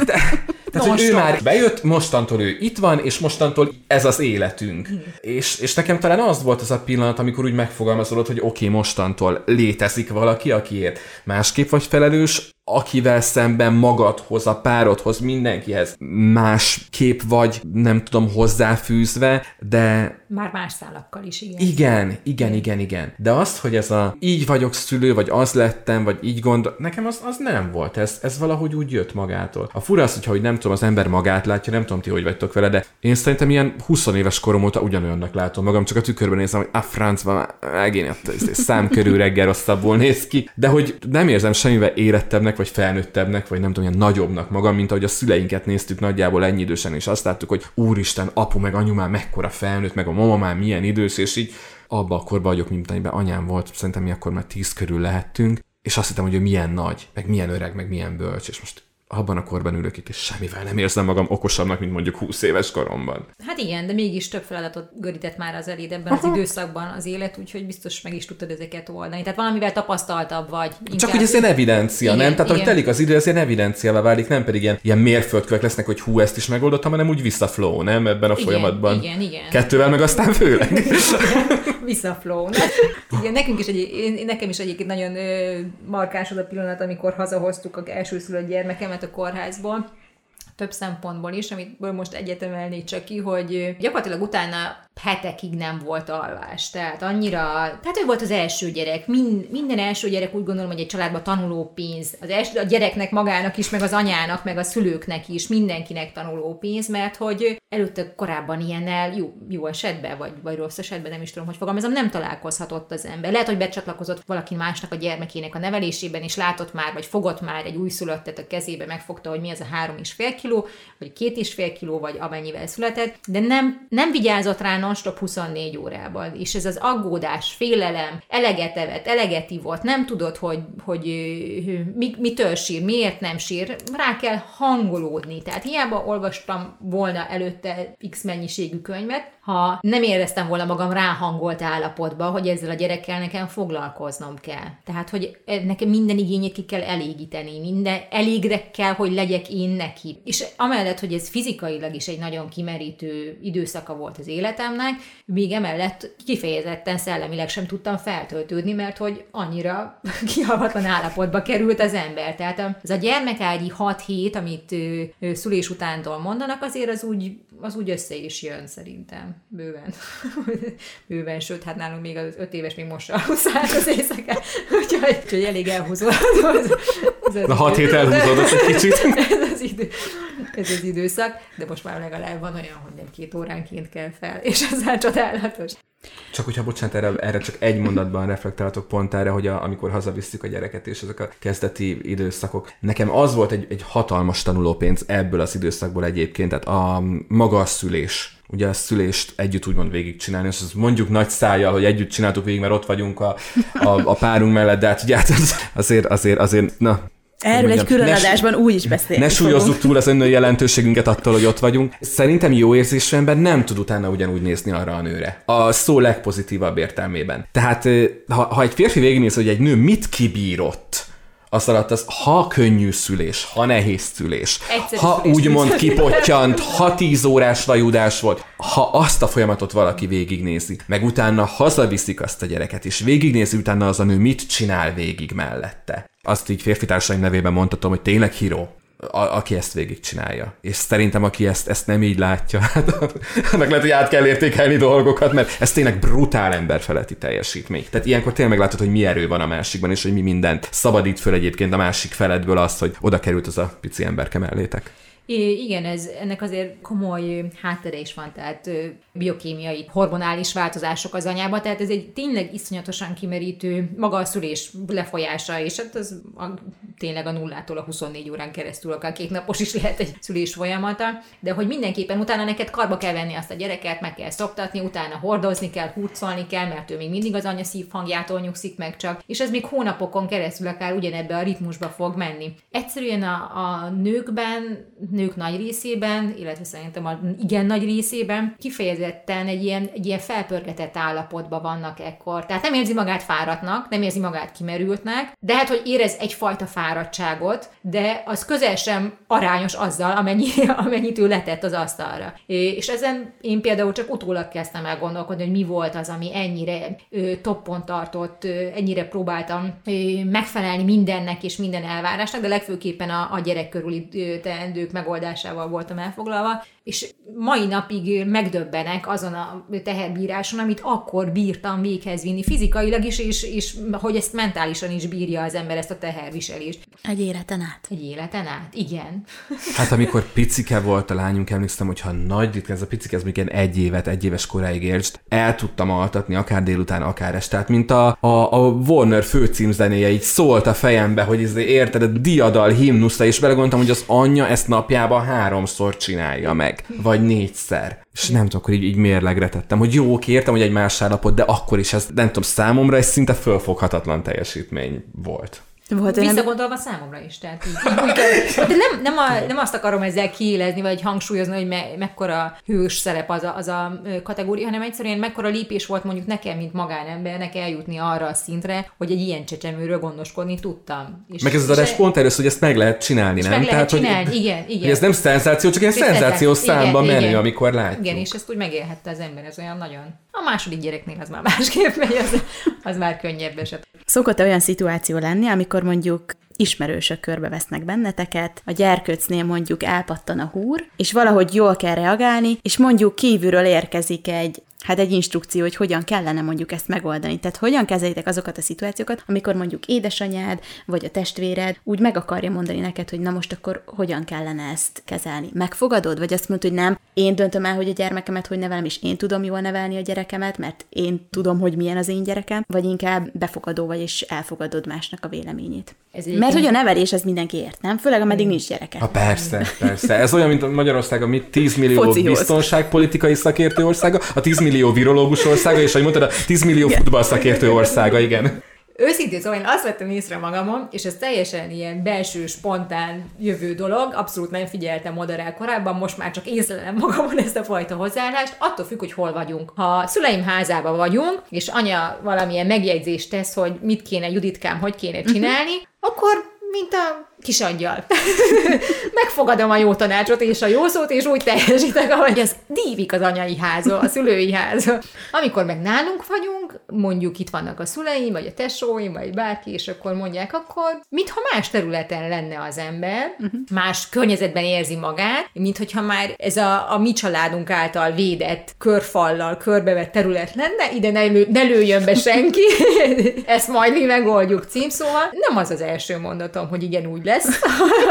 Tehát, hogy ő már bejött, mostantól ő itt van, és mostantól ez az életünk. És nekem talán az volt az a pillanat, amikor úgy megfogalmazódott, hogy oké, mostantól létezik valaki, akiért másképp vagy felelős, akivel szemben magadhoz, a párodhoz, mindenkihez másképp vagy, nem tudom, hozzáfűzve, de... Már más szálakkal is, Igen. De azt, hogy ez így vagyok szülő, vagy az lettem, vagy így nekem az nem volt. Ez valahogy úgy jött magától. A fura az, hogy nem tudom, az ember magát látja, nem tudom ti, hogy vagytok vele, de én szerintem ilyen 20 éves korom óta ugyanolyannak látom magam, csak a tükörben nézem, hogy a francban megint szám körül reggel rosszabbul néz ki, de hogy nem érzem semmivel érettebbnek, vagy felnőttebbnek, vagy nem tudom, ilyen nagyobbnak magam, mint ahogy a szüleinket néztük nagyjából ennyi idősen, és azt láttuk, hogy úristen, apu meg anyu már mekkora felnőtt, meg a mama már milyen idős, és így abba a korban vagyok, mint amiben anyám volt, szerintem mi akkor már 10 körül lehettünk, és azt hittem, hogy ő milyen nagy, meg milyen öreg, meg milyen bölcs, és most abban a korban ülök itt, és semmivel nem érzem magam okosabbnak, mint mondjuk 20 éves koromban. Hát igen, de mégis több feladatot görített már az eléd ebben az időszakban az élet, úgyhogy biztos meg is tudtad ezeket oldani. Tehát valamivel tapasztaltabb vagy. Inkább... Csak hogy ez ilyen evidencia, igen, nem? Tehát ahogy telik az idő, ez ilyen evidenciává válik, nem pedig ilyen mérföldkövek lesznek, hogy hú, ezt is megoldottam, hanem úgy visszaflow, nem? Ebben a folyamatban. Igen. 2-vel meg aztán főleg. Visszaflow. Igen, nekem is egyébként nagyon markáns az a pillanat, amikor hazahoztuk az elsőszülött gyermekemet a kórházból, több szempontból is, amit most egyet emelnék csak ki, hogy gyakorlatilag utána hetekig nem volt alvás. Tehát ő volt az első gyerek. Minden első gyerek, úgy gondolom, hogy egy családban tanuló pénz. A gyereknek magának is, meg az anyának, meg a szülőknek is, mindenkinek tanuló pénz, mert hogy előtte korábban ilyennel jó esetben, vagy rossz esetben, nem is tudom, hogy fogalmazom, nem találkozhatott az ember. Lehet, hogy becsatlakozott valaki másnak a gyermekének a nevelésében, és látott már, vagy fogott már egy újszülöttet a kezébe, megfogta, hogy mi az a 3,5 kiló, vagy 2,5 kiló, vagy amennyivel született, de nem vigyázott rá non-stop 24 órában. És ez az aggódás, félelem, eleget evett, eleget ivott, nem tudod, hogy mitől sír, miért nem sír, rá kell hangolódni. Tehát hiába olvastam volna előtte x mennyiségű könyvet, ha nem éreztem volna magam ráhangolt állapotba, hogy ezzel a gyerekkel nekem foglalkoznom kell. Tehát, hogy nekem minden igényét ki kell elégíteni, minden elégre kell, hogy legyek én neki. És amellett, hogy ez fizikailag is egy nagyon kimerítő időszaka volt az életemnek, még emellett kifejezetten szellemileg sem tudtam feltöltődni, mert hogy annyira kihalvatlan állapotba került az ember. Tehát az a gyermekágyi 6 hét, amit szülés utántól mondanak, azért az úgy össze is jön szerintem. Bőven, sőt, hát nálunk még az 5 éves még most sem húszállt az éjszakát, úgyhogy elég elhúzódott. A 6 hét elhúzódott egy kicsit. Ez az időszak, de most már legalább van olyan, hogy nem 2 óránként kell fel, és ez már csodálatos. Csak hogyha, bocsánat, erre csak egy mondatban reflektálhatok pont erre, hogy amikor hazavisszük a gyereket, és ezek a kezdeti időszakok. Nekem az volt egy hatalmas tanulópénz ebből az időszakból egyébként, tehát a maga a szülés. Ugye a szülést együtt úgymond végigcsinálni, és azt mondjuk nagy szájjal, hogy együtt csináltuk végig, mert ott vagyunk a párunk mellett, de hát ugye azért, na... Erről egy külön adásban úgy is beszélni. Ne súlyozzuk túl az önnő jelentőségünket attól, hogy ott vagyunk. Szerintem jó érzésű ember nem tud utána ugyanúgy nézni arra a nőre. A szó legpozitívabb értelmében. Tehát ha egy férfi végignéz, hogy egy nő mit kibírott, az alatt az ha könnyű szülés, ha nehéz szülés, ha úgymond kipottyant, ha 10 órás vajudás volt, ha azt a folyamatot valaki végignézi, meg utána hazaviszik azt a gyereket, és végignézi utána az a nő mit csinál végig mellette. Azt így férfitársaim nevében mondhatom, hogy tényleg híró, aki ezt végigcsinálja. És szerintem, aki ezt nem így látja, hát annak lehet, hogy át kell értékelni dolgokat, mert ez tényleg brutál emberfeletti teljesítmény. Tehát ilyenkor tényleg meglátod, hogy mi erő van a másikban, és hogy mi mindent szabadít föl egyébként a másik feledből az, hogy oda került az a pici emberke mellétek. Igen, ennek azért komoly háttere is van, tehát biokémiai, hormonális változások az anyában, tehát ez egy tényleg iszonyatosan kimerítő maga a szülés lefolyása, és hát az tényleg a 0-tól a 24 órán keresztül, akár 2 napos is lehet egy szülés folyamata, de hogy mindenképpen utána neked karba kell venni azt a gyereket, meg kell szoptatni, utána hordozni kell, hurcolni kell, mert ő még mindig az anya szívhangjától nyugszik meg csak, és ez még hónapokon keresztül akár ugyanebbe a ritmusba fog menni. Egyszerűen a nők nagy részében, illetve szerintem a igen nagy részében kifejezetten egy ilyen felpörgetett állapotban vannak ekkor. Tehát nem érzi magát fáradtnak, nem érzi magát kimerültnek, de hát, hogy érez egyfajta fáradtságot, de az közel sem arányos azzal, amennyit ő letett az asztalra. És ezen én például csak utólag kezdtem el gondolkodni, hogy mi volt az, ami ennyire toppon tartott, ennyire próbáltam megfelelni mindennek és minden elvárásnak, de legfőképpen a gyerek körüli teendők megoldásával voltam elfoglalva, és mai napig megdöbbenek azon a teherbíráson, amit akkor bírtam véghez vinni fizikailag is, és hogy ezt mentálisan is bírja az ember, ezt a teherviselést. Egy életen át. Egy életen át, igen. Hát amikor picike volt a lányunk, emlékszem, hogyha nagy ritka, ez a picike, ez még egy éves koráig élt, el tudtam altatni, akár délután, akár este. Tehát mint a Warner főcímzenéje így szólt a fejembe, hogy érted, a diadal himnuszra, és belegondoltam, hogy az anyja ezt napjában 3-szor csinálja meg, vagy 4-szer. És nem tudom, akkor így mérlegre tettem, hogy jó, értem, hogy egy más állapot, de akkor is ez, nem tudom, számomra ez szinte fölfoghatatlan teljesítmény volt. Visszagondolva számomra is. Tehát nem azt akarom ezzel kiélezni, vagy hangsúlyozni, hogy mekkora hős szerep az a kategória, hanem egyszerűen mekkora lépés volt mondjuk nekem, mint magánembernek eljutni arra a szintre, hogy egy ilyen csecsemőről gondoskodni tudtam. Meg ez az adás pont erről, hogy ezt meg lehet csinálni, nem? Meg lehet csinálni, igen. Hogy ez nem szenzáció, csak ilyen szenzációs számban menő, amikor látjuk. Igen, és ezt úgy megélhette az ember, ez olyan nagyon. A második gyereknél az már másképp megy, az már könnyebb eset. Szokott olyan szituáció lenni, amikor mondjuk ismerősök körbevesznek benneteket, a gyerkőcnél mondjuk elpattan a húr, és valahogy jól kell reagálni, és mondjuk kívülről érkezik egy instrukció, hogy hogyan kellene mondjuk ezt megoldani. Tehát hogyan kezeljétek azokat a szituációkat, amikor mondjuk édesanyád, vagy a testvéred úgy meg akarja mondani neked, hogy na most akkor hogyan kellene ezt kezelni. Megfogadod? Vagy azt mondod, hogy nem, én döntöm el, hogy a gyermekemet hogy nevelem, és én tudom jól nevelni a gyerekemet, mert én tudom, hogy milyen az én gyerekem, vagy inkább befogadó vagy, és elfogadod másnak a véleményét. Mert hogy a nevelés ez mindenki ért, nem? Főleg ameddig nincs gyereke. Persze. Ez olyan, mint Magyarország, ami 10 millió Focihoz. biztonságpolitikai szakértő országa, a 10 millió virológus országa, és ahogy mondtad, a 10 millió futballszakértő országa, igen. Őszintén szóval én azt vettem észre magamon, és ez teljesen ilyen belső, spontán jövő dolog, abszolút nem figyeltem oda rá korábban, most már csak észlelem magamon ezt a fajta hozzáállást, attól függ, hogy hol vagyunk. Ha szüleim házában vagyunk, és anya valamilyen megjegyzést tesz, hogy mit kéne Juditkám, hogy kéne csinálni, akkor mint a kis angyal. Megfogadom a jó tanácsot és a jó szót, és úgy teljesítek, ahogy ez dívik az anyai házon, a szülői házon. Amikor meg nálunk vagyunk, mondjuk itt vannak a szüleim, vagy a tesóim, vagy bárki, és akkor mondják, akkor mintha más területen lenne az ember, más környezetben érzi magát, mint hogyha már ez a mi családunk által védett, körfallal körbevett terület lenne, ide ne lőjön be senki, ezt majd mi megoldjuk címszóval. Nem az az első mondatom, hogy igen, úgy lesz,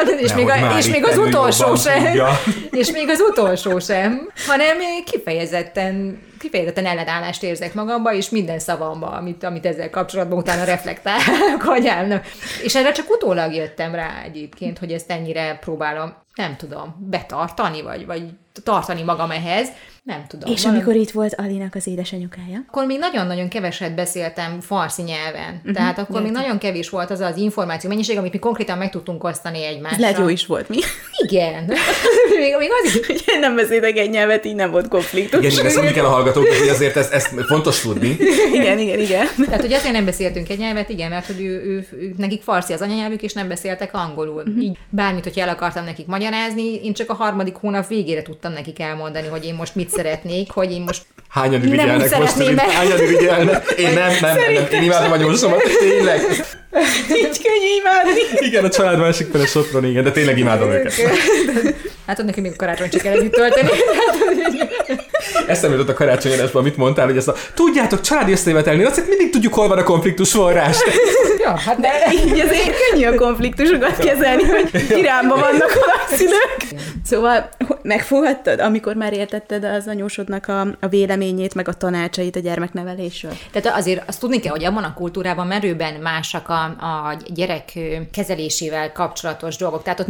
és még az utolsó sem. És még az utolsó sem, hanem kifejezetten ellenállást érzek magamba, és minden szavamba, amit ezzel kapcsolatban utána reflektálok, hogy állnak. És erre csak utólag jöttem rá egyébként, hogy ezt ennyire próbálom, nem tudom, betartani, vagy tartani magam ehhez. Nem tudom. És amikor itt volt Alinak az édesanyukája? Akkor még nagyon-nagyon keveset beszéltem farsi nyelven. Tehát akkor még nagyon kevés volt az információ mennyiség, amit mi konkrétan meg tudtunk osztani egymással. Ez lehet jó is volt, mi? Igen. még az is. Hogy nem beszéltek egy nyelvet, így nem volt konfliktus. Igen, ezt mondjuk el a hallgatóknak, hogy azért ezt fontos tudni. Igen. Tehát, hogy azért nem beszéltünk egy nyelvet, igen, mert hogy nekik farsi az anyanyelvük, és nem beszéltek angolul. Így bármit, hogyha el akartam nekik magyarázni, én csak a 3. hónap végére tudtam nekik elmondani, hogy én most mit szeretnék, hogy én most hányan irigyelnek most, hányan irigyelnek? Én nem, én imádom a nyúlsomat, tényleg. Így könnyű imádni. Igen, a család másik fele Sopron, igen, de tényleg imádom őket. Hát ott neki még a karácsony csak kell együtt tölteni. Eszembe jutott a karácsonyadásban, amit mondtál, hogy ezt tudjátok, családi összejövetelnél, azt mindig tudjuk, hol van a konfliktus forrás. Ja, hát de így azért könnyű a konfliktusokat kezelni, hogy Iránban vannak a szülők. Szóval megfogadtad, amikor már értetted az anyósodnak a véleményét, meg a tanácsait a gyermeknevelésről? Tehát azért azt tudni kell, hogy abban a kultúrában merőben másak a gyerek kezelésével kapcsolatos dolgok. Tehát ott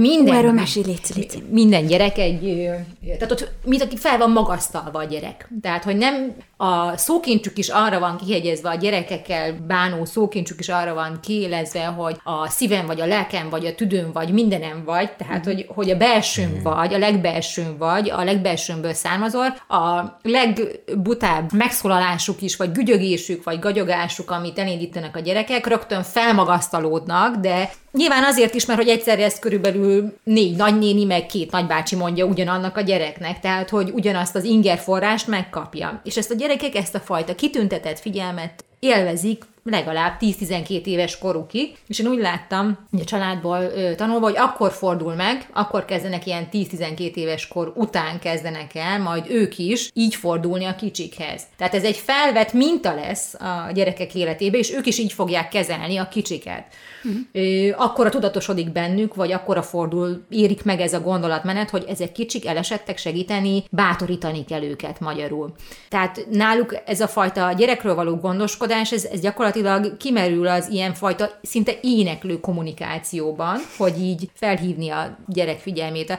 minden gyerek tehát ott mint aki fel van magasztalva a gyerek. Tehát, hogy nem a szókincsük is arra van kihegyezve, a gyerekekkel bánó szókincsük is arra van kiélezve, hogy a szívem vagy a lelkem vagy a tüdőm vagy mindenem vagy, tehát, hogy a belsőm vagy, a legbelsőm vagy, a legbelsőmből származol, a legbutább megszólalásuk is, vagy gügyögésük, vagy gagyogásuk, amit elindítanak a gyerekek, rögtön felmagasztalódnak, de nyilván azért is, mert hogy egyszerre ezt körülbelül 4 nagynéni, meg 2 nagybácsi mondja ugyanannak a gyereknek, tehát hogy ugyanazt az ingerforrást megkapja. És ezt a gyerekek ezt a fajta kitüntetett figyelmet élvezik legalább 10-12 éves korukig, és én úgy láttam, hogy a családból tanulva, hogy akkor fordul meg, akkor kezdenek ilyen 10-12 éves kor után kezdenek el, majd ők is így fordulni a kicsikhez. Tehát ez egy felvett minta lesz a gyerekek életébe, és ők is így fogják kezelni a kicsiket. Akkora tudatosodik bennük, vagy akkora érik meg ez a gondolatmenet, hogy ezek kicsik, elesettek, segíteni, bátorítani kell őket magyarul. Tehát náluk ez a fajta gyerekről való gondoskodás, ez gyakorlatilag kimerül az ilyenfajta szinte éneklő kommunikációban, hogy így felhívni a gyerek figyelmét.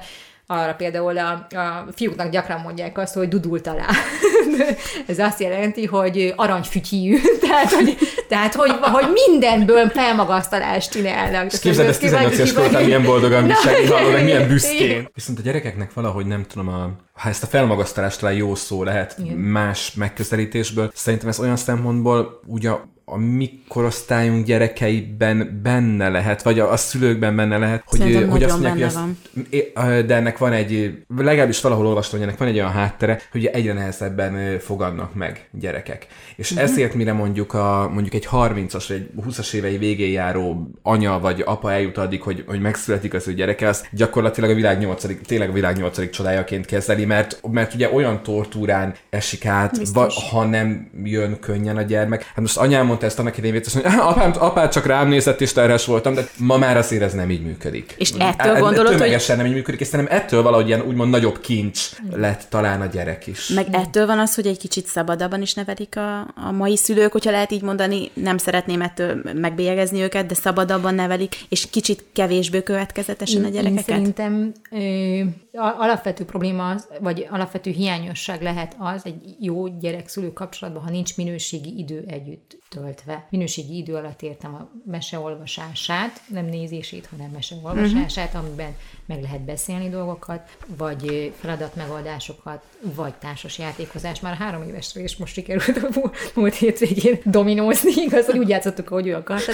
arra például a fiúknak gyakran mondják azt, hogy dudult alá. Ez azt jelenti, hogy aranyfütyű, tehát hogy mindenből felmagasztalást csinálnak. Képzeld, ezt 18 éves kortán milyen boldogan viselni, meg milyen büszkén. Viszont a gyerekeknek valahogy nem tudom, ha ezt a felmagasztalást talán jó szó lehet más megközelítésből, szerintem ez olyan szempontból ugye a mi korosztályunk gyerekeiben benne lehet, vagy a szülőkben benne lehet, hogy azt mondják, hogy de ennek van legalábbis valahol olvastam, hogy ennek van egy olyan háttere, hogy egyre nehezebben fogadnak meg gyerekek. És ezért mire mondjuk egy 30-as vagy egy 20-as évei végén járó anya vagy apa eljut addig, hogy megszületik az ő gyereke, az gyakorlatilag a világ 8. csodájaként kezeli, mert ugye olyan tortúrán esik át, ha nem jön könnyen a gyermek. Hát most anyám mondta ezt annak idején, hogy apád csak rám nézett, és terhes voltam, de ma már azért ez nem így működik. És ettől gondolod, tömegesen nem így működik, és szerintem ettől valahogy ilyen úgymond nagyobb kincs lett talán a gyerek is. Meg ettől van az, hogy egy kicsit szabadabban is nevelik a mai szülők, hogyha lehet így mondani, nem szeretném ettől megbélyegezni őket, de szabadabban nevelik, és kicsit kevésbé következetesen a gyerekeket. Én szerintem alapvető probléma az, vagy alapvető hiányosság lehet az egy jó gyerek-szülő kapcsolatban, ha nincs minőségi idő együtt töltve. Minőségi idő alatt értem a meseolvasását, nem nézését, hanem meseolvasását, amiben meg lehet beszélni dolgokat, vagy feladatmegoldásokat, vagy társasjátékozás. Már 3 évesre és most sikerült a múlt hétvégén dominózni, igaz, hogy úgy játszottuk, ahogy ő akarta,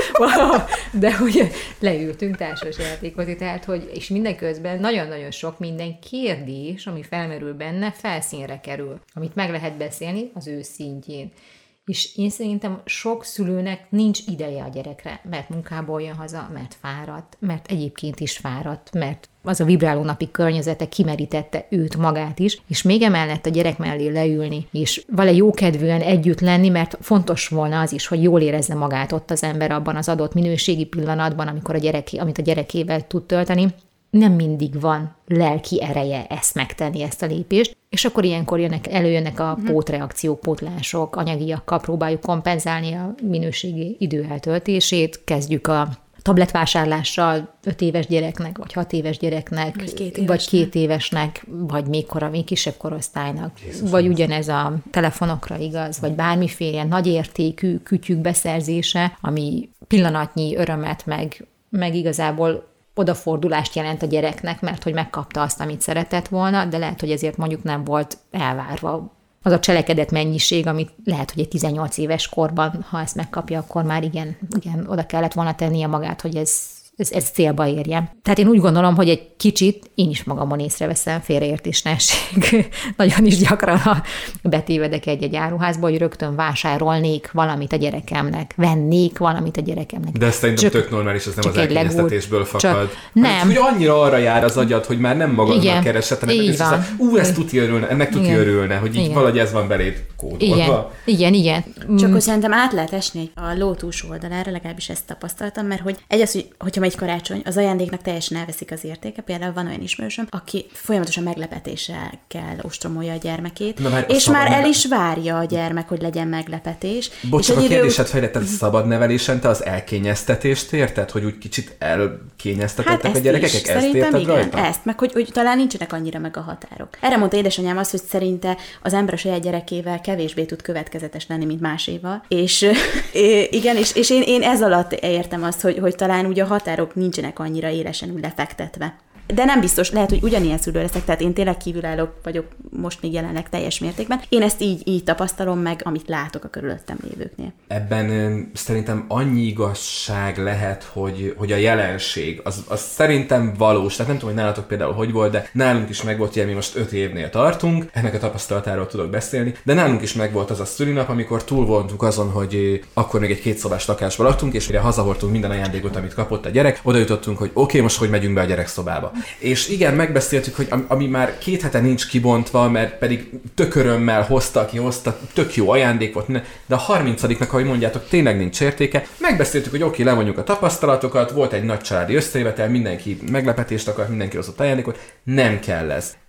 de hogy leültünk társasjátékozni, tehát, hogy és mindeközben nagyon-nagyon sok minden kérdés, ami felmerül benne, felszínre kerül, amit meg lehet beszélni az ő szintjén. És én szerintem sok szülőnek nincs ideje a gyerekre, mert munkából jön haza, mert fáradt, mert egyébként is fáradt, mert az a vibráló napi környezete kimerítette őt magát is, és még emellett a gyerek mellé leülni, és vele jókedvűen együtt lenni, mert fontos volna az is, hogy jól érezze magát ott az ember abban az adott minőségi pillanatban, amit a gyerekével tud tölteni. Nem mindig van lelki ereje ezt megtenni, ezt a lépést, és akkor ilyenkor előjönnek a pótreakciók, pótlások, anyagiakkal próbáljuk kompenzálni a minőségi idő eltöltését, kezdjük a tabletvásárlással 5 éves gyereknek, vagy 6 éves gyereknek, vagy 2 évesnek, vagy még kisebb korosztálynak. Vagy ugyanez a telefonokra igaz, vagy bármiféle nagyértékű kütyük beszerzése, ami pillanatnyi örömet, meg igazából odafordulást jelent a gyereknek, mert hogy megkapta azt, amit szeretett volna, de lehet, hogy ezért mondjuk nem volt elvárva az a cselekedet mennyiség, amit lehet, hogy egy 18 éves korban, ha ezt megkapja, akkor már igen, oda kellett volna tennie magát, hogy ez célba érjen. Tehát én úgy gondolom, hogy egy kicsit én is magamon észreveszem, félreértés ne essék. Nagyon is gyakran betévedek egy áruházba, hogy rögtön vásárolnék valamit a gyerekemnek, vennék valamit a gyerekemnek. De ez szerintem tök normális, ez nem az elkényeztetésből fakad. Nem. Hogy annyira arra jár az agyad, hogy már nem magadnak keresed, hanem ezt tuti örülne, ennek tuti örülne, hogy így valahogy ez van beléd kódolva. Igen. Csak hogy szerintem át lehet esni a ló túlsó oldalára, legalábbis ezt tapasztaltam, mert hogy hogyha megy karácsony, az ajándéknak teljesen elveszik az értéke. Például van olyan ismerősöm, aki folyamatosan meglepetéssel ostromolja a gyermekét, és már el is várja a gyermek, hogy legyen meglepetés. Bocs, csak a kérdésed fejlett, szabad nevelésen te az elkényeztetést érted? Hogy úgy kicsit elkényeztetettek a gyerekek? Ezt érted rajta? Ezt, meg hogy talán nincsenek annyira meg a határok. Erre mondta édesanyám azt, hogy szerinte az ember a saját gyerekével kevésbé tud következetes lenni, mint máséval. És igen, és én ez alatt értem azt, hogy talán ugye a határok nincsenek annyira élesen úgy lefektetve. De nem biztos, lehet, hogy ugyanilyen szülő leszek, tehát én tényleg kívülálló vagyok most még jelenleg teljes mértékben. Én ezt így tapasztalom meg, amit látok a körülöttem lévőknél. Ebben szerintem annyi igazság lehet, hogy a jelenség, az szerintem valós. Tehát nem tudom, hogy nálatok például hogy volt, de nálunk is megvolt, ugye mi most 5 évnél tartunk, ennek a tapasztalatáról tudok beszélni, de nálunk is megvolt az a szülinap, amikor túl voltunk azon, hogy akkor még egy 2 szobás lakásban laktunk, és mire hazahordtunk minden ajándékot, amit kapott a gyerek, oda jutottunk, hogy oké, most hogy megyünk be a gyerekszobába. És igen, megbeszéltük, hogy ami már 2 hete nincs kibontva, mert pedig tök örömmel hozta, tök jó ajándék volt, de a 30-nak, ahogy mondjátok, tényleg nincs értéke. Megbeszéltük, hogy oké, levonjuk a tapasztalatokat, volt egy nagy családi összejövetel, mindenki meglepetést akart, mindenki hozott ajándékot, nem kell ez.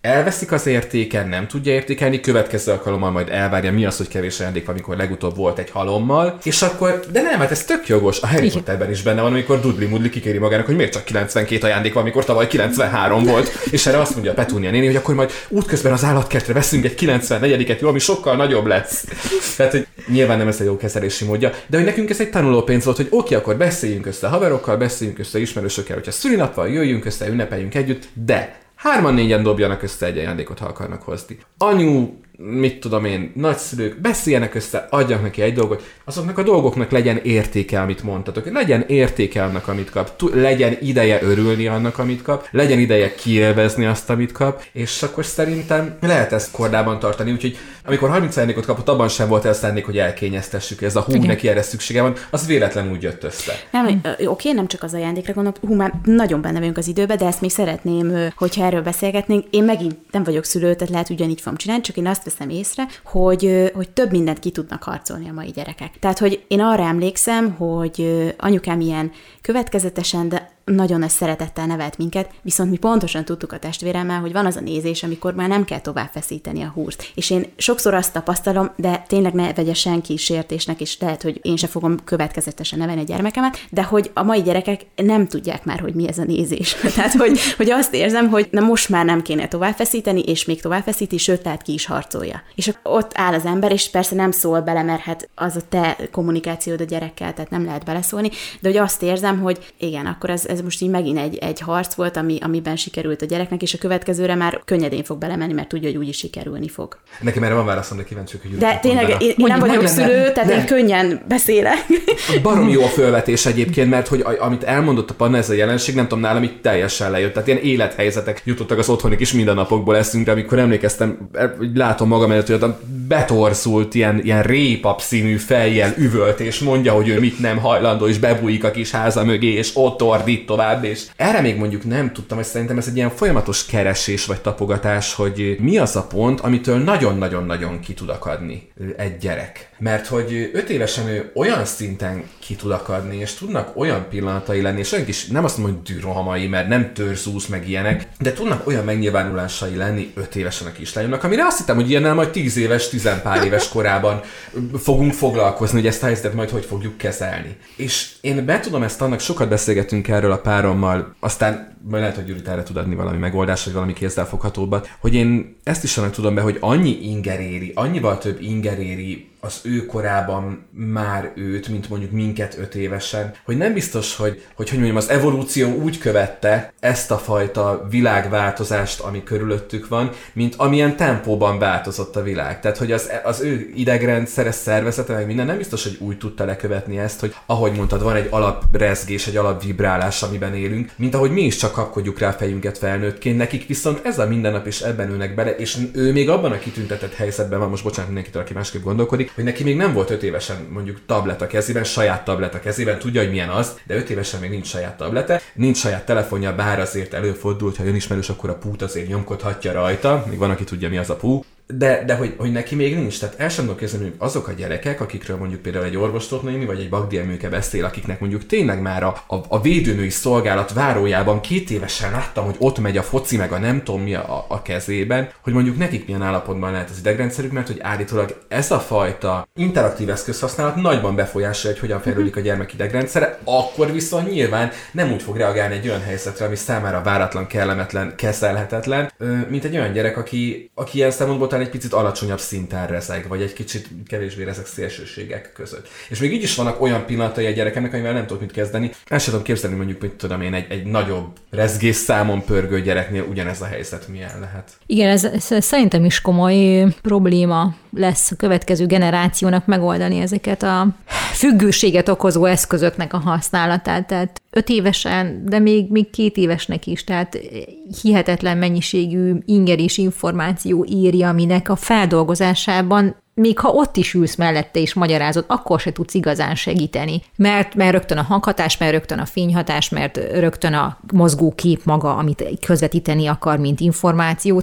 elveszik az értéken, nem tudja értékelni, következő alkalommal majd elvárja, mi az, hogy kevés ajándék van, amikor legutóbb volt egy halommal, és akkor, de nem, hát ez tök jogos. A Harry Potterben is benne van, amikor Dudley Moodley kikéri magának, hogy miért csak 92 ajándék van, amikor tavaly 93 volt, és erre azt mondja a Petúnia néni, hogy akkor majd útközben az állatkertre veszünk egy 94-et, jó, ami sokkal nagyobb lesz. Tehát, hogy nyilván nem ez a jó kezelési módja, de hogy nekünk ez egy tanulópénz volt, hogy oké, akkor beszéljünk össze haverokkal, beszéljünk össze ismerősökkel, hogyha szülinap van, jöjjünk össze, ünnepeljünk együtt, de 3-4-en dobjanak össze egy ajándékot, ha akarnak hozni. Anyu, mit tudom én, nagyszülők, beszéljenek össze, adjanak neki egy dolgot, azoknak a dolgoknak legyen értéke, amit mondtatok, legyen értéke annak, amit kap, legyen ideje örülni annak, amit kap, legyen ideje kiélvezni azt, amit kap, és akkor szerintem lehet ezt kordában tartani, úgyhogy amikor 30 ajándékot kapott, abban sem volt el szándék, hogy elkényeztessük, ez a neki erre szüksége van, az véletlenül úgy jött össze. Nem, oké, nem csak az ajándékra gondolok, már nagyon benne vagyunk az időben, de ezt még szeretném, hogyha erről beszélgetnénk. Én megint nem vagyok szülő, tehát lehet ugyanígy fogom csinálni, csak én azt veszem észre, hogy több mindent ki tudnak harcolni a mai gyerekek. Tehát, hogy én arra emlékszem, hogy anyukám ilyen következetesen, de nagyon nagy szeretettel nevelt minket, viszont mi pontosan tudtuk a testvéremmel, hogy van az a nézés, amikor már nem kell tovább feszíteni a húrt. És én sokszor azt tapasztalom, de tényleg ne vegye senki sértésnek, és lehet, hogy én se fogom következetesen nevelni a gyermekemet, de hogy a mai gyerekek nem tudják már, hogy mi ez a nézés. Tehát, hogy azt érzem, hogy na most már nem kéne tovább feszíteni, és még tovább feszíti, sőt, tehát ki is harcolja. És ott áll az ember, és persze nem szól bele, mert hát az a te kommunikációd a gyerekkel, tehát nem lehet beleszólni, de hogy azt érzem, hogy igen, akkor ez most így megint egy harc volt, amiben sikerült a gyereknek, és a következőre már könnyedén fog belemenni, mert tudja, hogy úgyis sikerülni fog. Nekem erre van válaszom, de kíváncsi, hogy de tényleg, én nem vagyok szülő, tehát én könnyen beszélek. Baromi jó a fölvetés egyébként, mert hogy amit elmondott a Panna, ez a jelenség, nem tudom, nálam itt teljesen lejött. Tehát ilyen élethelyzetek jutottak az otthonik is mindennapokból eszünkre, amikor emlékeztem, látom magam előtt, hogy ott betorzult ilyen répap színű fejjel üvölt, és mondja, hogy ő mit nem hajlandó, és bebújik a kis háza mögé, és ott ordít tovább, és erre még mondjuk nem tudtam, hogy szerintem ez egy ilyen folyamatos keresés vagy tapogatás, hogy mi az a pont, amitől nagyon-nagyon-nagyon ki tud akadni egy gyerek. Mert hogy 5 évesen ő olyan szinten ki tud akadni, és tudnak olyan pillanatai lenni, és olyan kis, nem azt mondom, hogy dűrohamai, mert nem törzúsz meg ilyenek, de tudnak olyan megnyilvánulásai lenni 5 évesen a kislányomnak, amire azt hittem, hogy ilyennel majd 10 éves, 10 pár éves korában fogunk foglalkozni, hogy ezt a helyzetet majd hogy fogjuk kezelni. És én be tudom ezt annak, sokat beszélgetünk erről a párommal, aztán majd lehet, hogy Gyuri erre tud adni valami megoldást, vagy valami kézzelfoghatóbbat, hogy én ezt is annak tudom be, hogy annyi inger éri, annyival több inger éri az ő korában már őt, mint mondjuk minket 5 évesen, hogy nem biztos, hogy mondjam, az evolúció úgy követte ezt a fajta világváltozást, ami körülöttük van, mint amilyen tempóban változott a világ. Tehát, hogy az ő idegrendszere, szervezete, meg minden nem biztos, hogy úgy tudta lekövetni ezt, hogy ahogy mondtad, van egy alaprezgés, egy alapvibrálás, amiben élünk, mint ahogy mi is csak kapkodjuk rá a fejünket felnőttként, nekik viszont ez a mindennap is ebben ülnek bele, és ő még abban a kitüntetett helyzetben van, most bocsánat mindenkitől, aki másképp gondolkodik, hogy neki még nem volt 5 évesen mondjuk tablet a kezében, saját tablet a kezében, tudja, hogy milyen az, de 5 évesen még nincs saját tablete, nincs saját telefonja, bár azért előfordult, ha önismerős, akkor a pút azért nyomkodhatja rajta, még van, aki tudja, mi az a pú. De hogy neki még nincs. Tehát el sem tudom képzelni, hogy azok a gyerekek, akikről mondjuk például egy orvostótnői vagy egy Bagdi-Emőke beszél, akiknek mondjuk tényleg már a védőnői szolgálat várójában 2 évesen láttam, hogy ott megy a foci, meg a nem tudom mi a kezében, hogy mondjuk nekik milyen állapotban lehet az idegrendszerük, mert hogy állítólag ez a fajta interaktív eszközhasználat nagyban befolyásolja, hogy hogyan fejlődik a gyermek idegrendszere, akkor viszont nyilván nem úgy fog reagálni egy olyan helyzetre, ami számára váratlan, kellemetlen, kezelhetetlen, mint egy olyan gyerek, aki ilyen szempontból egy picit alacsonyabb szinten rezeg, vagy egy kicsit kevésbé rezeg szélsőségek között. És még így is vannak olyan pillanatai a gyerekemnek, amivel nem tudok mit kezdeni. El sem tudom képzelni, mondjuk, mit tudom én, egy nagyobb rezgés számon pörgő gyereknél ugyanez a helyzet milyen lehet. Igen, ez szerintem is komoly probléma lesz a következő generációnak megoldani ezeket a függőséget okozó eszközöknek a használatát. Tehát 5 évesen, de még 2 évesnek is, tehát hihetetlen mennyiségű inger és információ írja, aminek a feldolgozásában még ha ott is ülsz mellette és magyarázod, akkor se tudsz igazán segíteni. Mert rögtön a hanghatás, mert rögtön a fényhatás, mert rögtön a mozgó kép maga, amit közvetíteni akar, mint információ. Tehát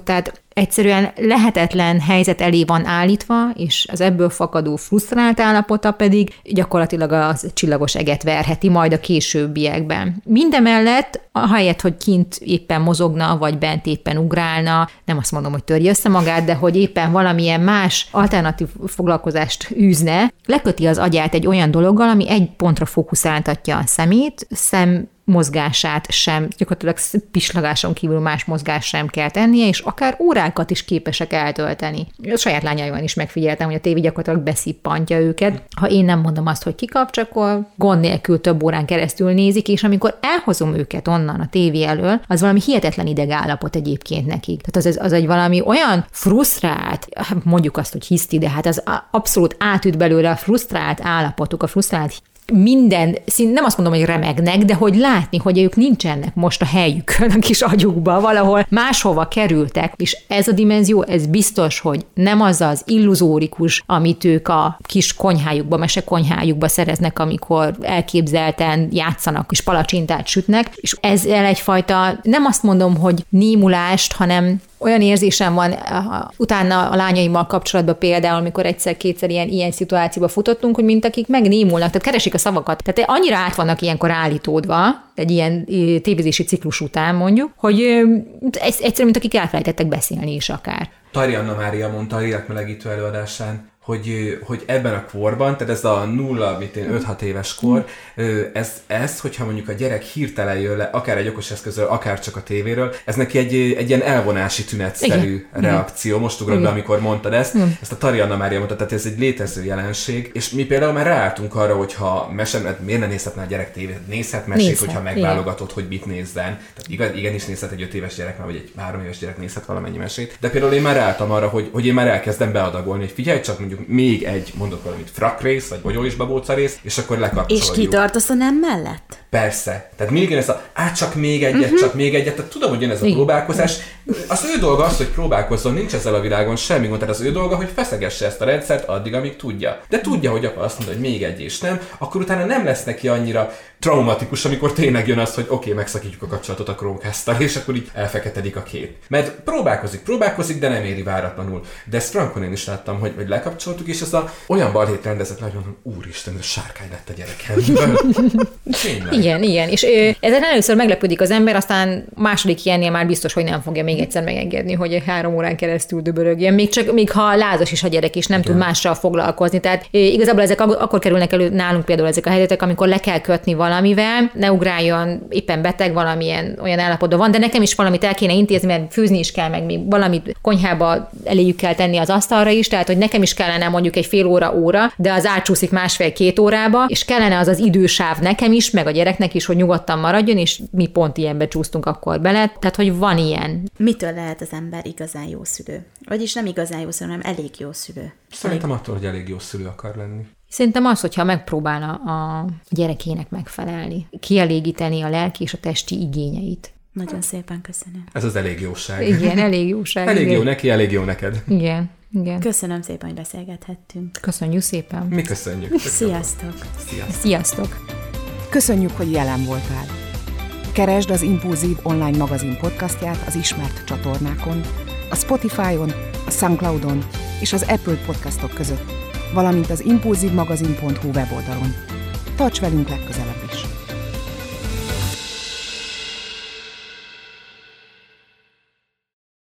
egyszerűen lehetetlen helyzet elé van állítva, és az ebből fakadó frusztrált állapota pedig gyakorlatilag az csillagos eget verheti majd a későbbiekben. Mindemellett, ahelyett, hogy kint éppen mozogna, vagy bent éppen ugrálna, nem azt mondom, hogy törje össze magát, de hogy éppen valamilyen más alternatív foglalkozást űzne, leköti az agyát egy olyan dologgal, ami egy pontra fókuszáltatja a szemét, mozgását sem, gyakorlatilag pislagáson kívül más mozgás sem kell tennie, és akár órákat is képesek eltölteni. A saját lányaival is megfigyeltem, hogy a tévé gyakorlatilag beszippantja őket. Ha én nem mondom azt, hogy kikapcs, akkor gond nélkül több órán keresztül nézik, és amikor elhozom őket onnan a tévé elől, az valami hihetetlen idegállapot egyébként nekik. Tehát az egy valami olyan frusztrált, mondjuk azt, hogy hiszti, de hát az abszolút átüt belőle a frusztrált állapotuk, a frusztrált minden, nem azt mondom, hogy remegnek, de hogy látni, hogy ők nincsenek most a helyükön a kis agyukba, valahol máshova kerültek, és ez a dimenzió, ez biztos, hogy nem az illuzórikus, amit ők a kis konyhájukba, mesekonyhájukba szereznek, amikor elképzelten játszanak és palacsintát sütnek, és ezzel egyfajta, nem azt mondom, hogy némulást, hanem olyan érzésem van utána a lányaimmal kapcsolatban például, amikor egyszer-kétszer ilyen szituációba futottunk, hogy mint akik megnémulnak, tehát keresik a szavakat. Tehát annyira át vannak ilyenkor állítódva, egy ilyen tévézési ciklus után mondjuk, hogy egyszerűen, mint akik elfelejtettek beszélni is akár. Tarianna Mária mondta a lélekmelegítő előadásán, hogy ebben a korban, tehát ez a 5-6 éves kor, ez, hogyha mondjuk a gyerek hirtelen jön le, akár egy okos eszközről, akár csak a tévéről, ez neki egy ilyen elvonási tünetszerű reakció. Most ugrott be, amikor mondtad ezt a Tarianna Mária mondta, tehát ez egy létező jelenség, és mi például már ráálltunk arra, hogyha miért ne nézhetne a gyerek tévét, nézhet mesét, hogyha megválogatod, hogy mit nézzen. Tehát igenis nézhet egy 5 éves gyerek, vagy egy 3 éves gyerek nézhet valamennyi mesét. De például én már ráálltam arra, hogy én már elkezdem beadagolni, hogy figyelj csak, mondjuk még egy, mondok valamit, frakrész, vagy bogyó és babóca rész, és akkor lekapcsoljuk. És kitartasz a nem mellett? Persze. Tehát mindig ez csak még egyet, csak még egyet. Tehát tudom, hogy jön ez a próbálkozás. Az ő dolga az, hogy próbálkozzon, nincs ezzel a világon semmi gond. Tehát az ő dolga, hogy feszegesse ezt a rendszert addig, amíg tudja. De tudja, hogy apa azt mondja, hogy még egy és nem, akkor utána nem lesz neki annyira traumatikus, amikor tényleg jön az, hogy oké, megszakítjuk a kapcsolatot a Chromecast-tal, és akkor így elfeketedik a kép. Mert próbálkozik, de nem éri váratlanul. De ezt Frankon én is láttam, hogy lekapcsoltuk, és ez olyan balhét rendezett nagyon, úristen, ez sárkány lett a gyerekem. Igen. És ezen először meglepődik az ember, aztán második ilyennél már biztos, hogy nem fogja még egyszer megengedni, hogy 3 órán keresztül döbörögjön. Még ha lázas is a gyerek, és nem tud mással foglalkozni. Tehát igazából ezek akkor kerülnek elő nálunk például ezek a helyzetek, amikor le kell kötni valamivel, ne ugráljon, éppen beteg, valamilyen olyan állapotban van, de nekem is valamit el kéne intézni, mert főzni is kell, meg még valamit konyhába eléjük kell tenni az asztalra is, tehát hogy nekem is kellene mondjuk egy fél óra, de az átcsúszik 1,5-2 órába, és kellene az idősáv nekem is, meg a gyereknek is, hogy nyugodtan maradjon, és mi pont ilyenbe csúsztunk akkor bele, tehát hogy van ilyen. Mitől lehet az ember igazán jó szülő? Vagyis nem igazán jó szülő, hanem elég jó szülő. Szerintem attól, hogy elég jó szülő akar lenni. Szerintem az, hogyha megpróbálna a gyerekének megfelelni, kielégíteni a lelki és a testi igényeit. Nagyon szépen köszönöm. Ez az elég jóság. Igen, elég jóság. Elég jó neki, elég jó neked. Igen. Köszönöm szépen, hogy beszélgethettünk. Köszönjük szépen. Mi köszönjük. Sziasztok. Köszönjük, hogy jelen voltál. Keresd az Impulzív online magazin podcastját az ismert csatornákon, a Spotify-on, a SoundCloud-on és az Apple podcastok között, valamint az impulzívmagazin.hu weboldalon. Tarts velünk legközelebb is!